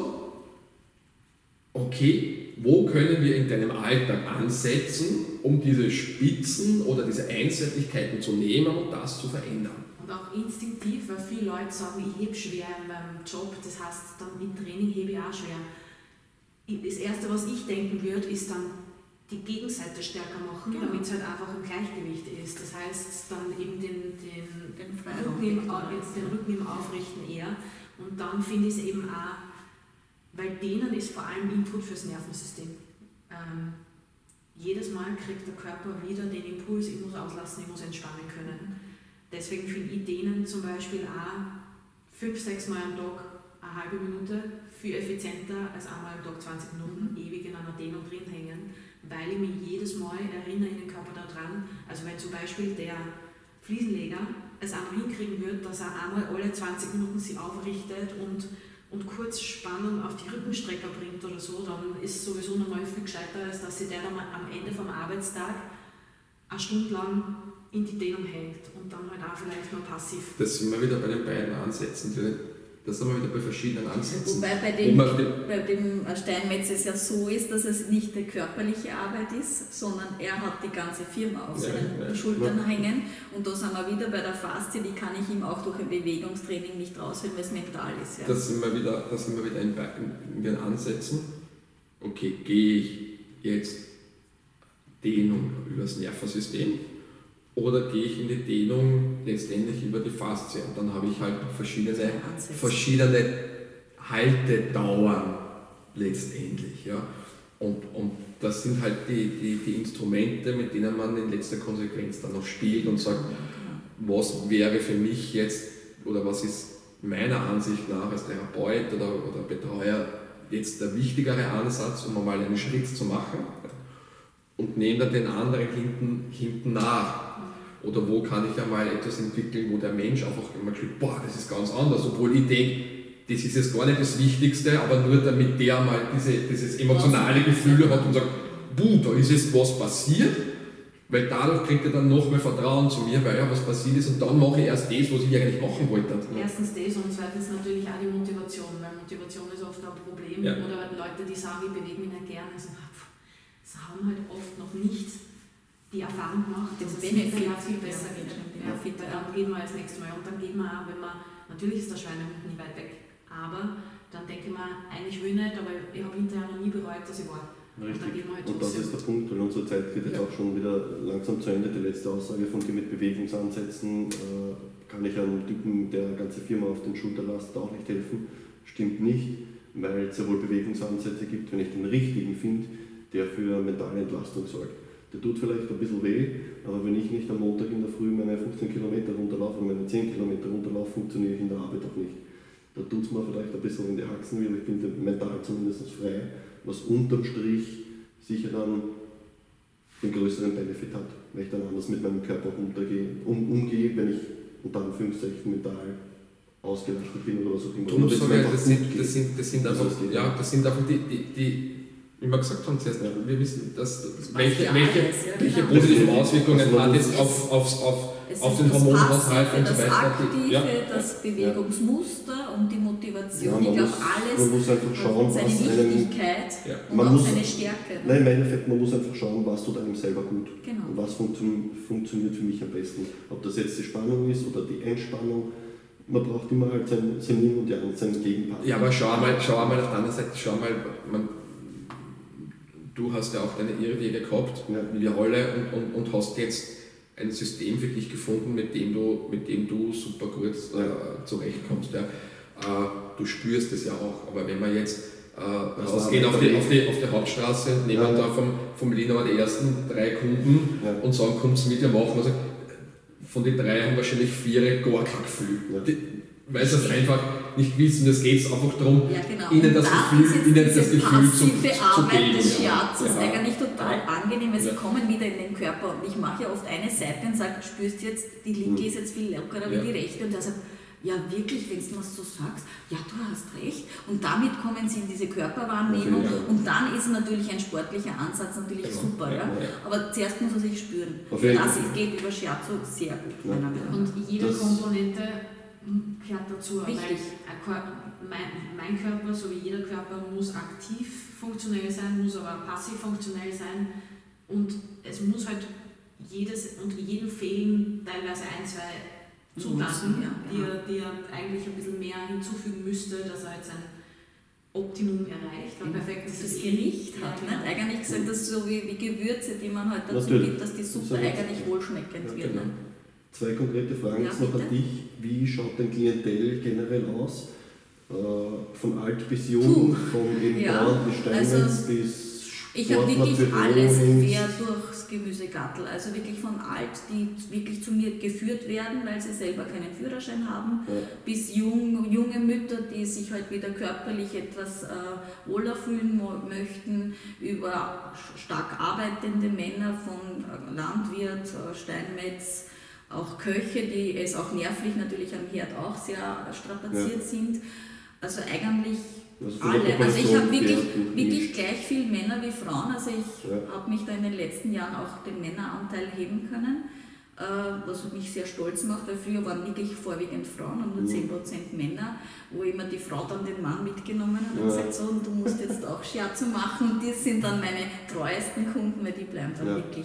okay, wo können wir in deinem Alltag ansetzen, um diese Spitzen oder diese Einseitigkeiten zu nehmen und das zu verändern? Und auch instinktiv, weil viele Leute sagen, ich hebe schwer in meinem Job, das heißt, dann mit Training hebe ich auch schwer. Das Erste, was ich denken würde, ist dann die Gegenseite stärker machen, genau. Damit es halt einfach im Gleichgewicht ist. Das heißt, dann eben den, den, den, Rücken, im, den Rücken im Aufrichten eher. Und dann finde ich es eben auch, weil denen ist vor allem Input fürs Nervensystem. Ähm, jedes Mal kriegt der Körper wieder den Impuls, ich muss auslassen, ich muss entspannen können. Deswegen finde ich denen zum Beispiel auch fünf, sechs Mal am Tag eine halbe Minute viel effizienter als einmal am Tag zwanzig Minuten ewig in einer Dehnung drin hängen, weil ich mich jedes Mal erinnere in den Körper daran. Also wenn zum Beispiel der Fliesenleger es einmal hinkriegen wird, dass er einmal alle zwanzig Minuten sich aufrichtet und und kurz Spannung auf die Rückenstrecker bringt oder so, dann ist es sowieso nochmal viel gescheiter, als dass sich der dann am Ende vom Arbeitstag eine Stunde lang in die Dehnung hängt und dann halt auch vielleicht nur passiv. Das sind wir wieder bei den beiden Ansätzen. Das sind wir wieder bei verschiedenen Ansätzen. Wobei bei dem, bei dem Steinmetz es ja so ist, dass es nicht eine körperliche Arbeit ist, sondern er hat die ganze Firma auf seinen ja, ja, Schultern ja. hängen. Und da sind wir wieder bei der Faszie, die kann ich ihm auch durch ein Bewegungstraining nicht rausholen, weil es mental ist. Ja. Das sind wir wieder, das sind wir wieder in, in den Ansätzen. Okay, gehe ich jetzt Dehnung über das Nervensystem? Oder gehe ich in die Dehnung letztendlich über die Faszie und dann habe ich halt verschiedene, verschiedene Haltedauern letztendlich. Ja. Und, und das sind halt die, die, die Instrumente, mit denen man in letzter Konsequenz dann noch spielt und sagt, was wäre für mich jetzt oder was ist meiner Ansicht nach als Therapeut oder, oder Betreuer jetzt der wichtigere Ansatz, um einmal einen Schritt zu machen und nehme dann den anderen hinten, hinten nach. Oder wo kann ich einmal etwas entwickeln, wo der Mensch einfach immer sagt, boah, das ist ganz anders, obwohl ich denke, das ist jetzt gar nicht das Wichtigste, aber nur damit der mal diese, dieses emotionale Gefühl hat und sagt, buh, da ist jetzt was passiert, weil dadurch kriegt er dann noch mehr Vertrauen zu mir, weil ja was passiert ist und dann mache ich erst das, was ich eigentlich machen wollte. Erstens das und zweitens natürlich auch die Motivation, weil Motivation ist oft ein Problem. Ja. Oder Leute, die sagen, ich bewege mich nicht gerne, also, sie haben halt oft noch nicht die Erfahrung gemacht, dass es hinterher viel besser geht. Ja, weil dann gehen wir als nächstes Mal und dann gehen wir auch, wenn man, natürlich ist der Schweinehund nicht weit weg, aber dann denke ich mir, eigentlich will ich nicht, aber ich habe hinterher noch nie bereut, dass ich war. Richtig. Und, halt und das ist der Punkt, weil unsere Zeit geht jetzt ja. auch schon wieder langsam zu Ende. Die letzte Aussage von dir mit Bewegungsansätzen, äh, kann ich einem Typen, der eine ganze Firma auf den Schultern lasst, auch nicht helfen. Stimmt nicht, weil es ja wohl Bewegungsansätze gibt, wenn ich den richtigen finde, der für mentale Entlastung sorgt. Der tut vielleicht ein bisschen weh, aber wenn ich nicht am Montag in der Früh meine fünfzehn Kilometer runterlaufe und meine zehn Kilometer runterlaufe, funktioniere ich in der Arbeit auch nicht. Da tut es mir vielleicht ein bisschen in die Haxen, weil ich bin mental zumindest frei, was unterm Strich sicher dann den größeren Benefit hat, weil ich dann anders mit meinem Körper umgehe, um, umgehe wenn ich unter Anführungszeichen mental ausgelastet bin oder was auch immer. Darum das, sage ich, das, sind, das, sind, das sind also einfach, das ja, das sind einfach die, die, die wie wir gesagt haben zuerst, ja. wir wissen, dass, das welche, ja welche, alles, ja, welche genau. positiven Auswirkungen also hat jetzt auf, auf, auf, auf den Hormonhaushalt und so das weiter. Aktive, Ja. das Bewegungsmuster und die Motivation. Ja, ich glaube, muss, alles man muss einfach schauen, seine was einem, Wichtigkeit ja. und man auch muss, seine Stärke. Nein, im Endeffekt, man muss einfach schauen, was tut einem selber gut. Genau. Und was funktio funktioniert für mich am besten. Ob das jetzt die Spannung ist oder die Entspannung. Man braucht immer halt sein, sein Yin und Yang, seinen Gegenpart. Ja, aber schau mal, schau mal auf der anderen Seite, schau mal, man, du hast ja auch deine Irrwege gehabt, ja. wie wir alle, und, und, und hast jetzt ein System für dich gefunden, mit dem du, mit dem du super gut äh, zurechtkommst. Ja. Äh, du spürst es ja auch, aber wenn man jetzt äh, rausgeht auf die, auf, die, auf die Hauptstraße, nehmen ja. da vom, vom Linauer die ersten drei Kunden ja. und sagen, kommst du mit dir machen, also von den drei haben wahrscheinlich vier gar kein Gefühl. Ja. Die, weil sie es einfach nicht wissen, es geht einfach darum, ja, genau. ihnen das da Gefühl, ihnen das Gefühl zu, passive zu Arbeit geben. des Shiatsu ist ja. eigentlich total ja. angenehm, weil sie ja. kommen wieder in den Körper und ich mache ja oft eine Seite und sage, spürst du jetzt, die linke ist jetzt viel lockerer ja. wie die rechte und der sagt, ja wirklich, wenn du das so sagst, ja du hast recht und damit kommen sie in diese Körperwahrnehmung ja. und dann ist natürlich ein sportlicher Ansatz natürlich ja. super, ja. Ja. aber zuerst muss er sich spüren. Das geht über Shiatsu sehr gut. Ja. Und jede das Komponente gehört dazu, richtig. weil mein, mein Körper, so wie jeder Körper, muss aktiv funktionell sein, muss aber passiv funktionell sein und es muss halt jedes und jedem fehlen teilweise ein, zwei Zutaten, ja, die, er, die er eigentlich ein bisschen mehr hinzufügen müsste, dass er jetzt ein Optimum erreicht, ein perfektes das Gericht hat. Ja, nicht? Eigentlich gesagt, dass so wie, wie Gewürze, die man halt dazu Natürlich. gibt, dass die Suppe eigentlich wohlschmeckend ja, wird. Genau. Zwei konkrete Fragen ja, jetzt noch an dich. Wie schaut dein Klientel generell aus? Äh, von alt bis jung, von eben ja, Bauern bis Steinmetz also, bis ich habe wirklich alles quer durchs Gemüsegattel, also wirklich von alt, die wirklich zu mir geführt werden, weil sie selber keinen Führerschein haben, ja. bis jung, junge Mütter, die sich halt wieder körperlich etwas äh, wohler fühlen möchten, über stark arbeitende Männer von äh, Landwirt, äh, Steinmetz, auch Köche, die es auch nervlich natürlich am Herd auch sehr strapaziert ja. sind. Also eigentlich also alle. Also ich habe wirklich, wirklich gleich viel Männer wie Frauen. Also ich ja. habe mich da in den letzten Jahren auch den Männeranteil heben können, äh, was mich sehr stolz macht, weil früher waren wirklich vorwiegend Frauen und nur zehn Prozent Männer, wo immer die Frau dann den Mann mitgenommen hat und ja. gesagt so, und du musst jetzt auch Shiatsu machen und die sind dann meine treuesten Kunden, weil die bleiben dann ja. wirklich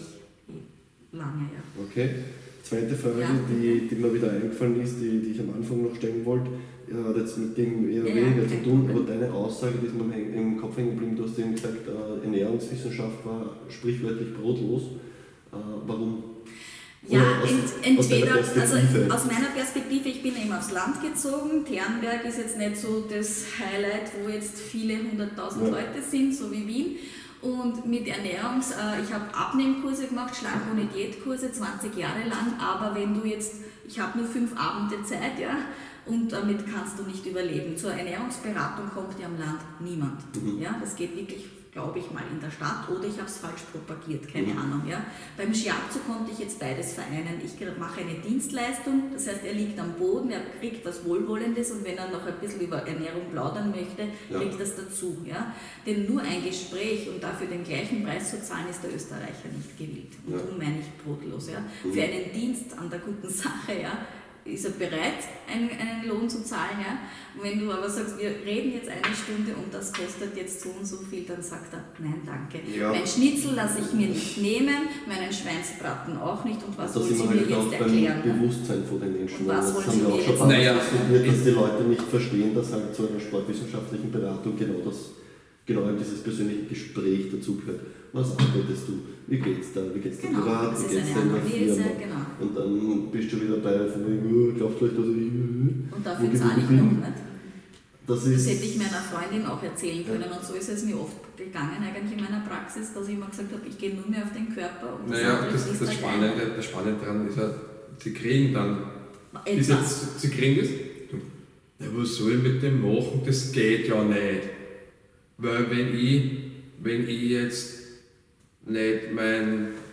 lange. Ja. Okay. Zweite Frage, ja. die, die mir wieder eingefallen ist, die, die ich am Anfang noch stellen wollte, ja, hat jetzt mit dem eher ja, weniger ja, zu tun, aber deine Aussage, die ist mir im Kopf hängen geblieben, du hast eben gesagt, äh, Ernährungswissenschaft war sprichwörtlich brotlos. Äh, warum? Ja, aus, ent, entweder, aus also aus meiner Perspektive, ich bin eben aufs Land gezogen, Ternberg ist jetzt nicht so das Highlight, wo jetzt viele hunderttausend ja. Leute sind, so wie Wien. Und mit Ernährungs-, äh, ich habe Abnehmkurse gemacht, Schlank ohne Diätkurse, zwanzig Jahre lang, aber wenn du jetzt, ich habe nur fünf Abende Zeit, ja, und damit kannst du nicht überleben. Zur Ernährungsberatung kommt ja am Land niemand. Mhm. Ja, das geht wirklich, glaube ich, mal in der Stadt oder ich habe es falsch propagiert, keine mhm. Ahnung. Ja. Beim Shiatsu konnte ich jetzt beides vereinen. Ich mache eine Dienstleistung, das heißt, er liegt am Boden, er kriegt was Wohlwollendes und wenn er noch ein bisschen über Ernährung plaudern möchte, ja. kriegt das dazu. Ja. Denn nur ein Gespräch und dafür den gleichen Preis zu zahlen, ist der Österreicher nicht gewillt. Und ja. darum meine ich brotlos. Ja. Mhm. Für einen Dienst an der guten Sache, ja, ist er bereit, einen, einen Lohn zu zahlen. Ja? Und wenn du aber sagst, wir reden jetzt eine Stunde und das kostet jetzt so und so viel, dann sagt er, nein, danke. Ja. Mein Schnitzel lasse ich mir nicht nehmen, meinen Schweinsbraten auch nicht. Und was wollen Sie mir halt jetzt erklären? Beim Bewusstsein von den Menschen. Und was das wollen haben Sie wir auch mir schon jetzt naja, diskutiert, dass die Leute nicht verstehen, dass halt zu einer sportwissenschaftlichen Beratung genau das, genau dieses persönliche Gespräch dazugehört. Was arbeitest du? Wie geht's da? Wie geht's dir genau, privat? Wie geht's dir in der Firma? Genau. Und dann bist du wieder bei von wegen, oh, glaubst du vielleicht, dass ich... Und dafür zahle ich noch nicht. Das, das hätte ich meiner Freundin auch erzählen können. Ja. Und so ist es mir oft gegangen eigentlich in meiner Praxis, dass ich immer gesagt habe, ich gehe nur mehr auf den Körper. Und das naja, das, das, das, Spannende, das Spannende daran ist ja, sie kriegen dann... Ist jetzt, sie kriegen das? Ja, was soll ich mit dem machen? Das geht ja nicht. Weil wenn ich, wenn ich jetzt nicht mein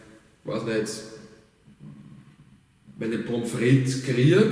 weiß nicht, meine Pommes frites kriege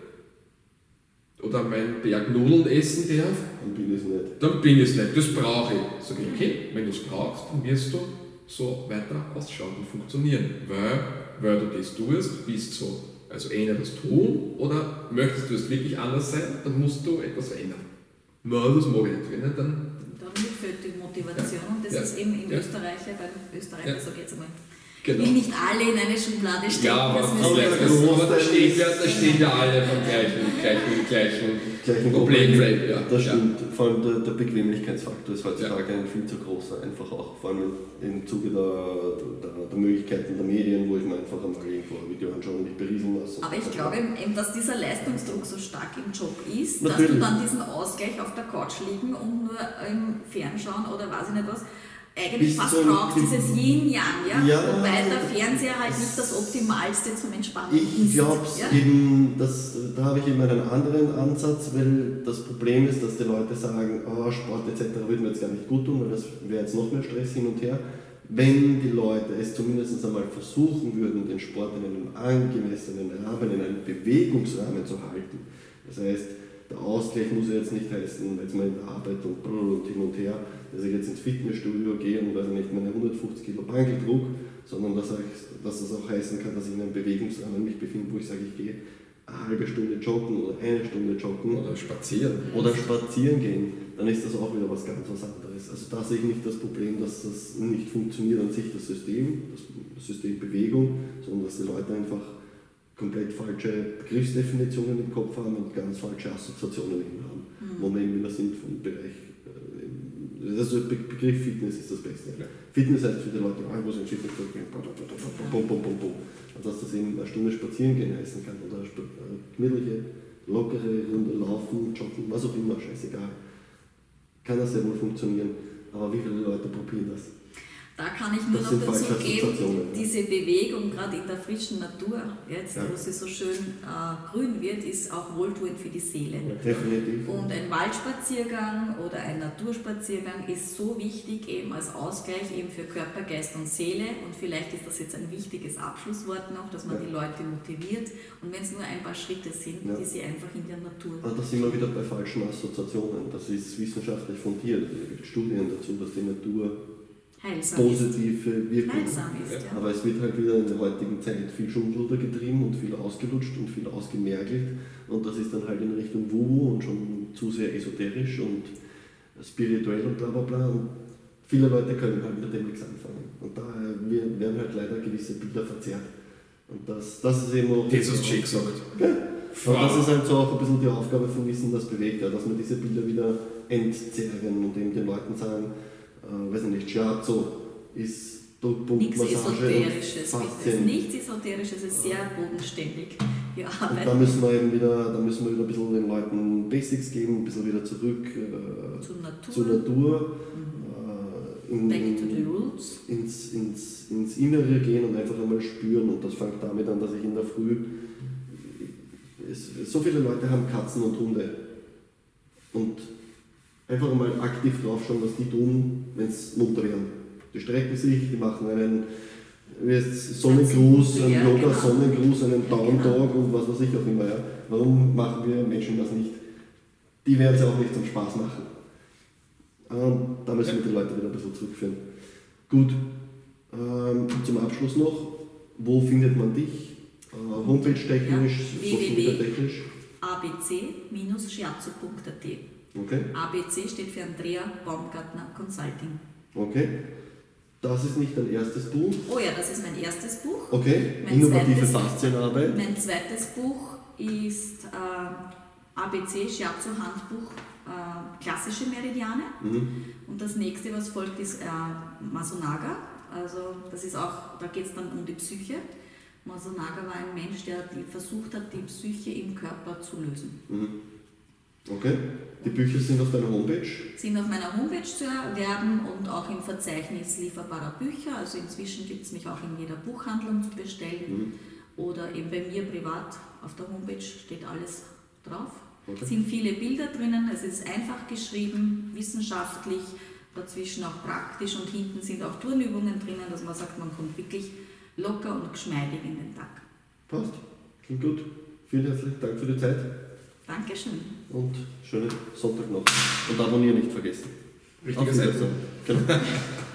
oder meinen Berg Nudeln essen darf, dann bin ich es nicht. Dann bin ich es nicht, das brauche ich. Sag ich, okay, wenn du es brauchst, dann wirst du so weiter ausschauen und funktionieren. Weil, weil du das tust, bist so, also einer das tun, oder möchtest du es wirklich anders sein, dann musst du etwas verändern. Nein, das mag ich nicht. Wenn nicht, dann Dann fehlt die Motivation ja. und das ja. ist eben in ja. Österreich, beim Österreicher, ja. so geht es einmal. Genau. Will nicht alle in eine Schublade stecken. Ja, aber, das das müssen wir das, das, aber da, stehen ja, da stehen ja alle vom gleichen, gleichen, gleichen, gleichen Problem. Problem. Ja. Das ja. stimmt. Vor allem der, der Bequemlichkeitsfaktor ist heutzutage ja. ein viel zu großer, einfach auch vor allem im Zuge der, der, der Möglichkeiten der Medien, wo ich mir einfach einmal irgendwo ein Video anschaue und mich berieseln lasse. Aber ich glaube eben, dass dieser Leistungsdruck so stark im Job ist, Natürlich. dass du dann diesen Ausgleich auf der Couch liegen und nur im Fernschauen oder weiß ich nicht was, eigentlich fast so braucht dieses Yin-Yang, ja? ja? Wobei der Fernseher halt nicht das Optimalste zum Entspannen ich ist. glaube, Ja? eben, das, da habe ich eben einen anderen Ansatz, weil das Problem ist, dass die Leute sagen, oh, Sport et cetera würde mir jetzt gar nicht gut tun, weil das wäre jetzt noch mehr Stress hin und her. Wenn die Leute es zumindest einmal versuchen würden, den Sport in einem angemessenen Rahmen, in einem Bewegungsrahmen zu halten, das heißt, der Ausgleich muss ja jetzt nicht heißen, jetzt mal in der Arbeit und, und hin und her, dass ich jetzt ins Fitnessstudio gehe und weiß nicht meine hundertfünfzig Kilo Bankel druck, sondern dass, ich, dass das auch heißen kann, dass ich in einem Bewegungsrahmen mich befinde, wo ich sage, ich gehe eine halbe Stunde joggen oder eine Stunde joggen. Oder spazieren. Oder spazieren gehen, dann ist das auch wieder was ganz was anderes. Also da sehe ich nicht das Problem, dass das nicht funktioniert an sich, das System, das System Bewegung, sondern dass die Leute einfach komplett falsche Begriffsdefinitionen im Kopf haben und ganz falsche Assoziationen eben haben, mhm. wo wir eben wieder sind vom Bereich, also Begriff Fitness ist das Beste. Ja. Fitness heißt für die Leute, ah, ich muss in Fitnessstudio gehen, bum, bum, bum, bum. Und dass das eben eine Stunde spazieren gehen heißen kann oder eine gemütliche, lockere Runde laufen, joggen, was auch immer, scheißegal. Kann das sehr wohl funktionieren, aber wie viele Leute probieren das? Da kann ich nur das noch dazu geben, ja. diese Bewegung, gerade in der frischen Natur, jetzt, ja. wo sie so schön äh, grün wird, ist auch wohltuend für die Seele. Ja, definitiv. Und ein Waldspaziergang oder ein Naturspaziergang ist so wichtig eben als Ausgleich eben für Körper, Geist und Seele. Und vielleicht ist das jetzt ein wichtiges Abschlusswort noch, dass man ja. die Leute motiviert. Und wenn es nur ein paar Schritte sind, ja. die sie einfach in der Natur... Aber da sind wir wieder bei falschen Assoziationen. Das ist wissenschaftlich fundiert. Es gibt Studien dazu, dass die Natur Heilsam positive ist. Wirkung. Heilsam ist, ja. Aber es wird halt wieder in der heutigen Zeit viel Schundluder getrieben und viel ausgelutscht und viel ausgemergelt. Und das ist dann halt in Richtung Wu und schon zu sehr esoterisch und spirituell und bla bla bla. Und viele Leute können halt mit dem nichts anfangen. Und daher werden halt leider gewisse Bilder verzerrt. Und das, das ist eben auch... Jesus Schick sagt. Ja. Und das ist halt so auch ein bisschen die Aufgabe von Wissen, das bewegt, ja, dass wir diese Bilder wieder entzerren und eben den Leuten sagen, Äh, weiß nicht, Shiatsu ist Druckpunktmassage. Nichts Esoterisches, Faszien. nichts Esoterisches, es ist sehr bodenständig. Wir und da müssen wir eben wieder, da müssen wir wieder ein bisschen den Leuten Basics geben, ein bisschen wieder zurück äh, zur Natur, zur Natur mhm. äh, in, Back to the roots. Ins, ins, ins Innere gehen und einfach einmal spüren. Und das fängt damit an, dass ich in der Früh, es, so viele Leute haben Katzen und Hunde. Und einfach mal aktiv drauf schauen, was die tun, wenn es munter werden. Die strecken sich, die machen einen Sonnengruß, einen ja, Yoga-Sonnengruß, genau. einen Down Dog und was weiß ich auch immer. Ja. Warum machen wir Menschen das nicht? Die werden es ja auch nicht zum Spaß machen. Ähm, da müssen wir die Leute wieder ein bisschen zurückführen. Gut, ähm, zum Abschluss noch, wo findet man dich? Äh, Homepage-technisch, ja, Social Media-technisch? a b c Bindestrich shiatsu punkt a t. Okay. A B C steht für Andrea Baumgartner Consulting. Okay. Das ist nicht dein erstes Buch? Oh ja, das ist mein erstes Buch. Okay. Mein Innovative zweites, Faszienarbeit. Mein zweites Buch ist äh, A B C Shiatsu Handbuch äh, klassische Meridiane. Mhm. Und das nächste, was folgt, ist äh, Masunaga. Also das ist auch, da geht es dann um die Psyche. Masunaga war ein Mensch, der die versucht hat, die Psyche im Körper zu lösen. Mhm. Okay. Die Bücher sind auf deiner Homepage? Sind auf meiner Homepage zu erwerben und auch im Verzeichnis lieferbarer Bücher. Also inzwischen gibt es mich auch in jeder Buchhandlung zu bestellen. Mhm. Oder eben bei mir privat auf der Homepage steht alles drauf. Okay. Es sind viele Bilder drinnen, es ist einfach geschrieben, wissenschaftlich, dazwischen auch praktisch und hinten sind auch Turnübungen drinnen, dass man sagt, man kommt wirklich locker und geschmeidig in den Tag. Passt, klingt gut. Vielen herzlichen Dank für die Zeit. Dankeschön. Und schönen Sonntag noch. Und abonnieren nicht vergessen. Wichtiger Seite. Genau.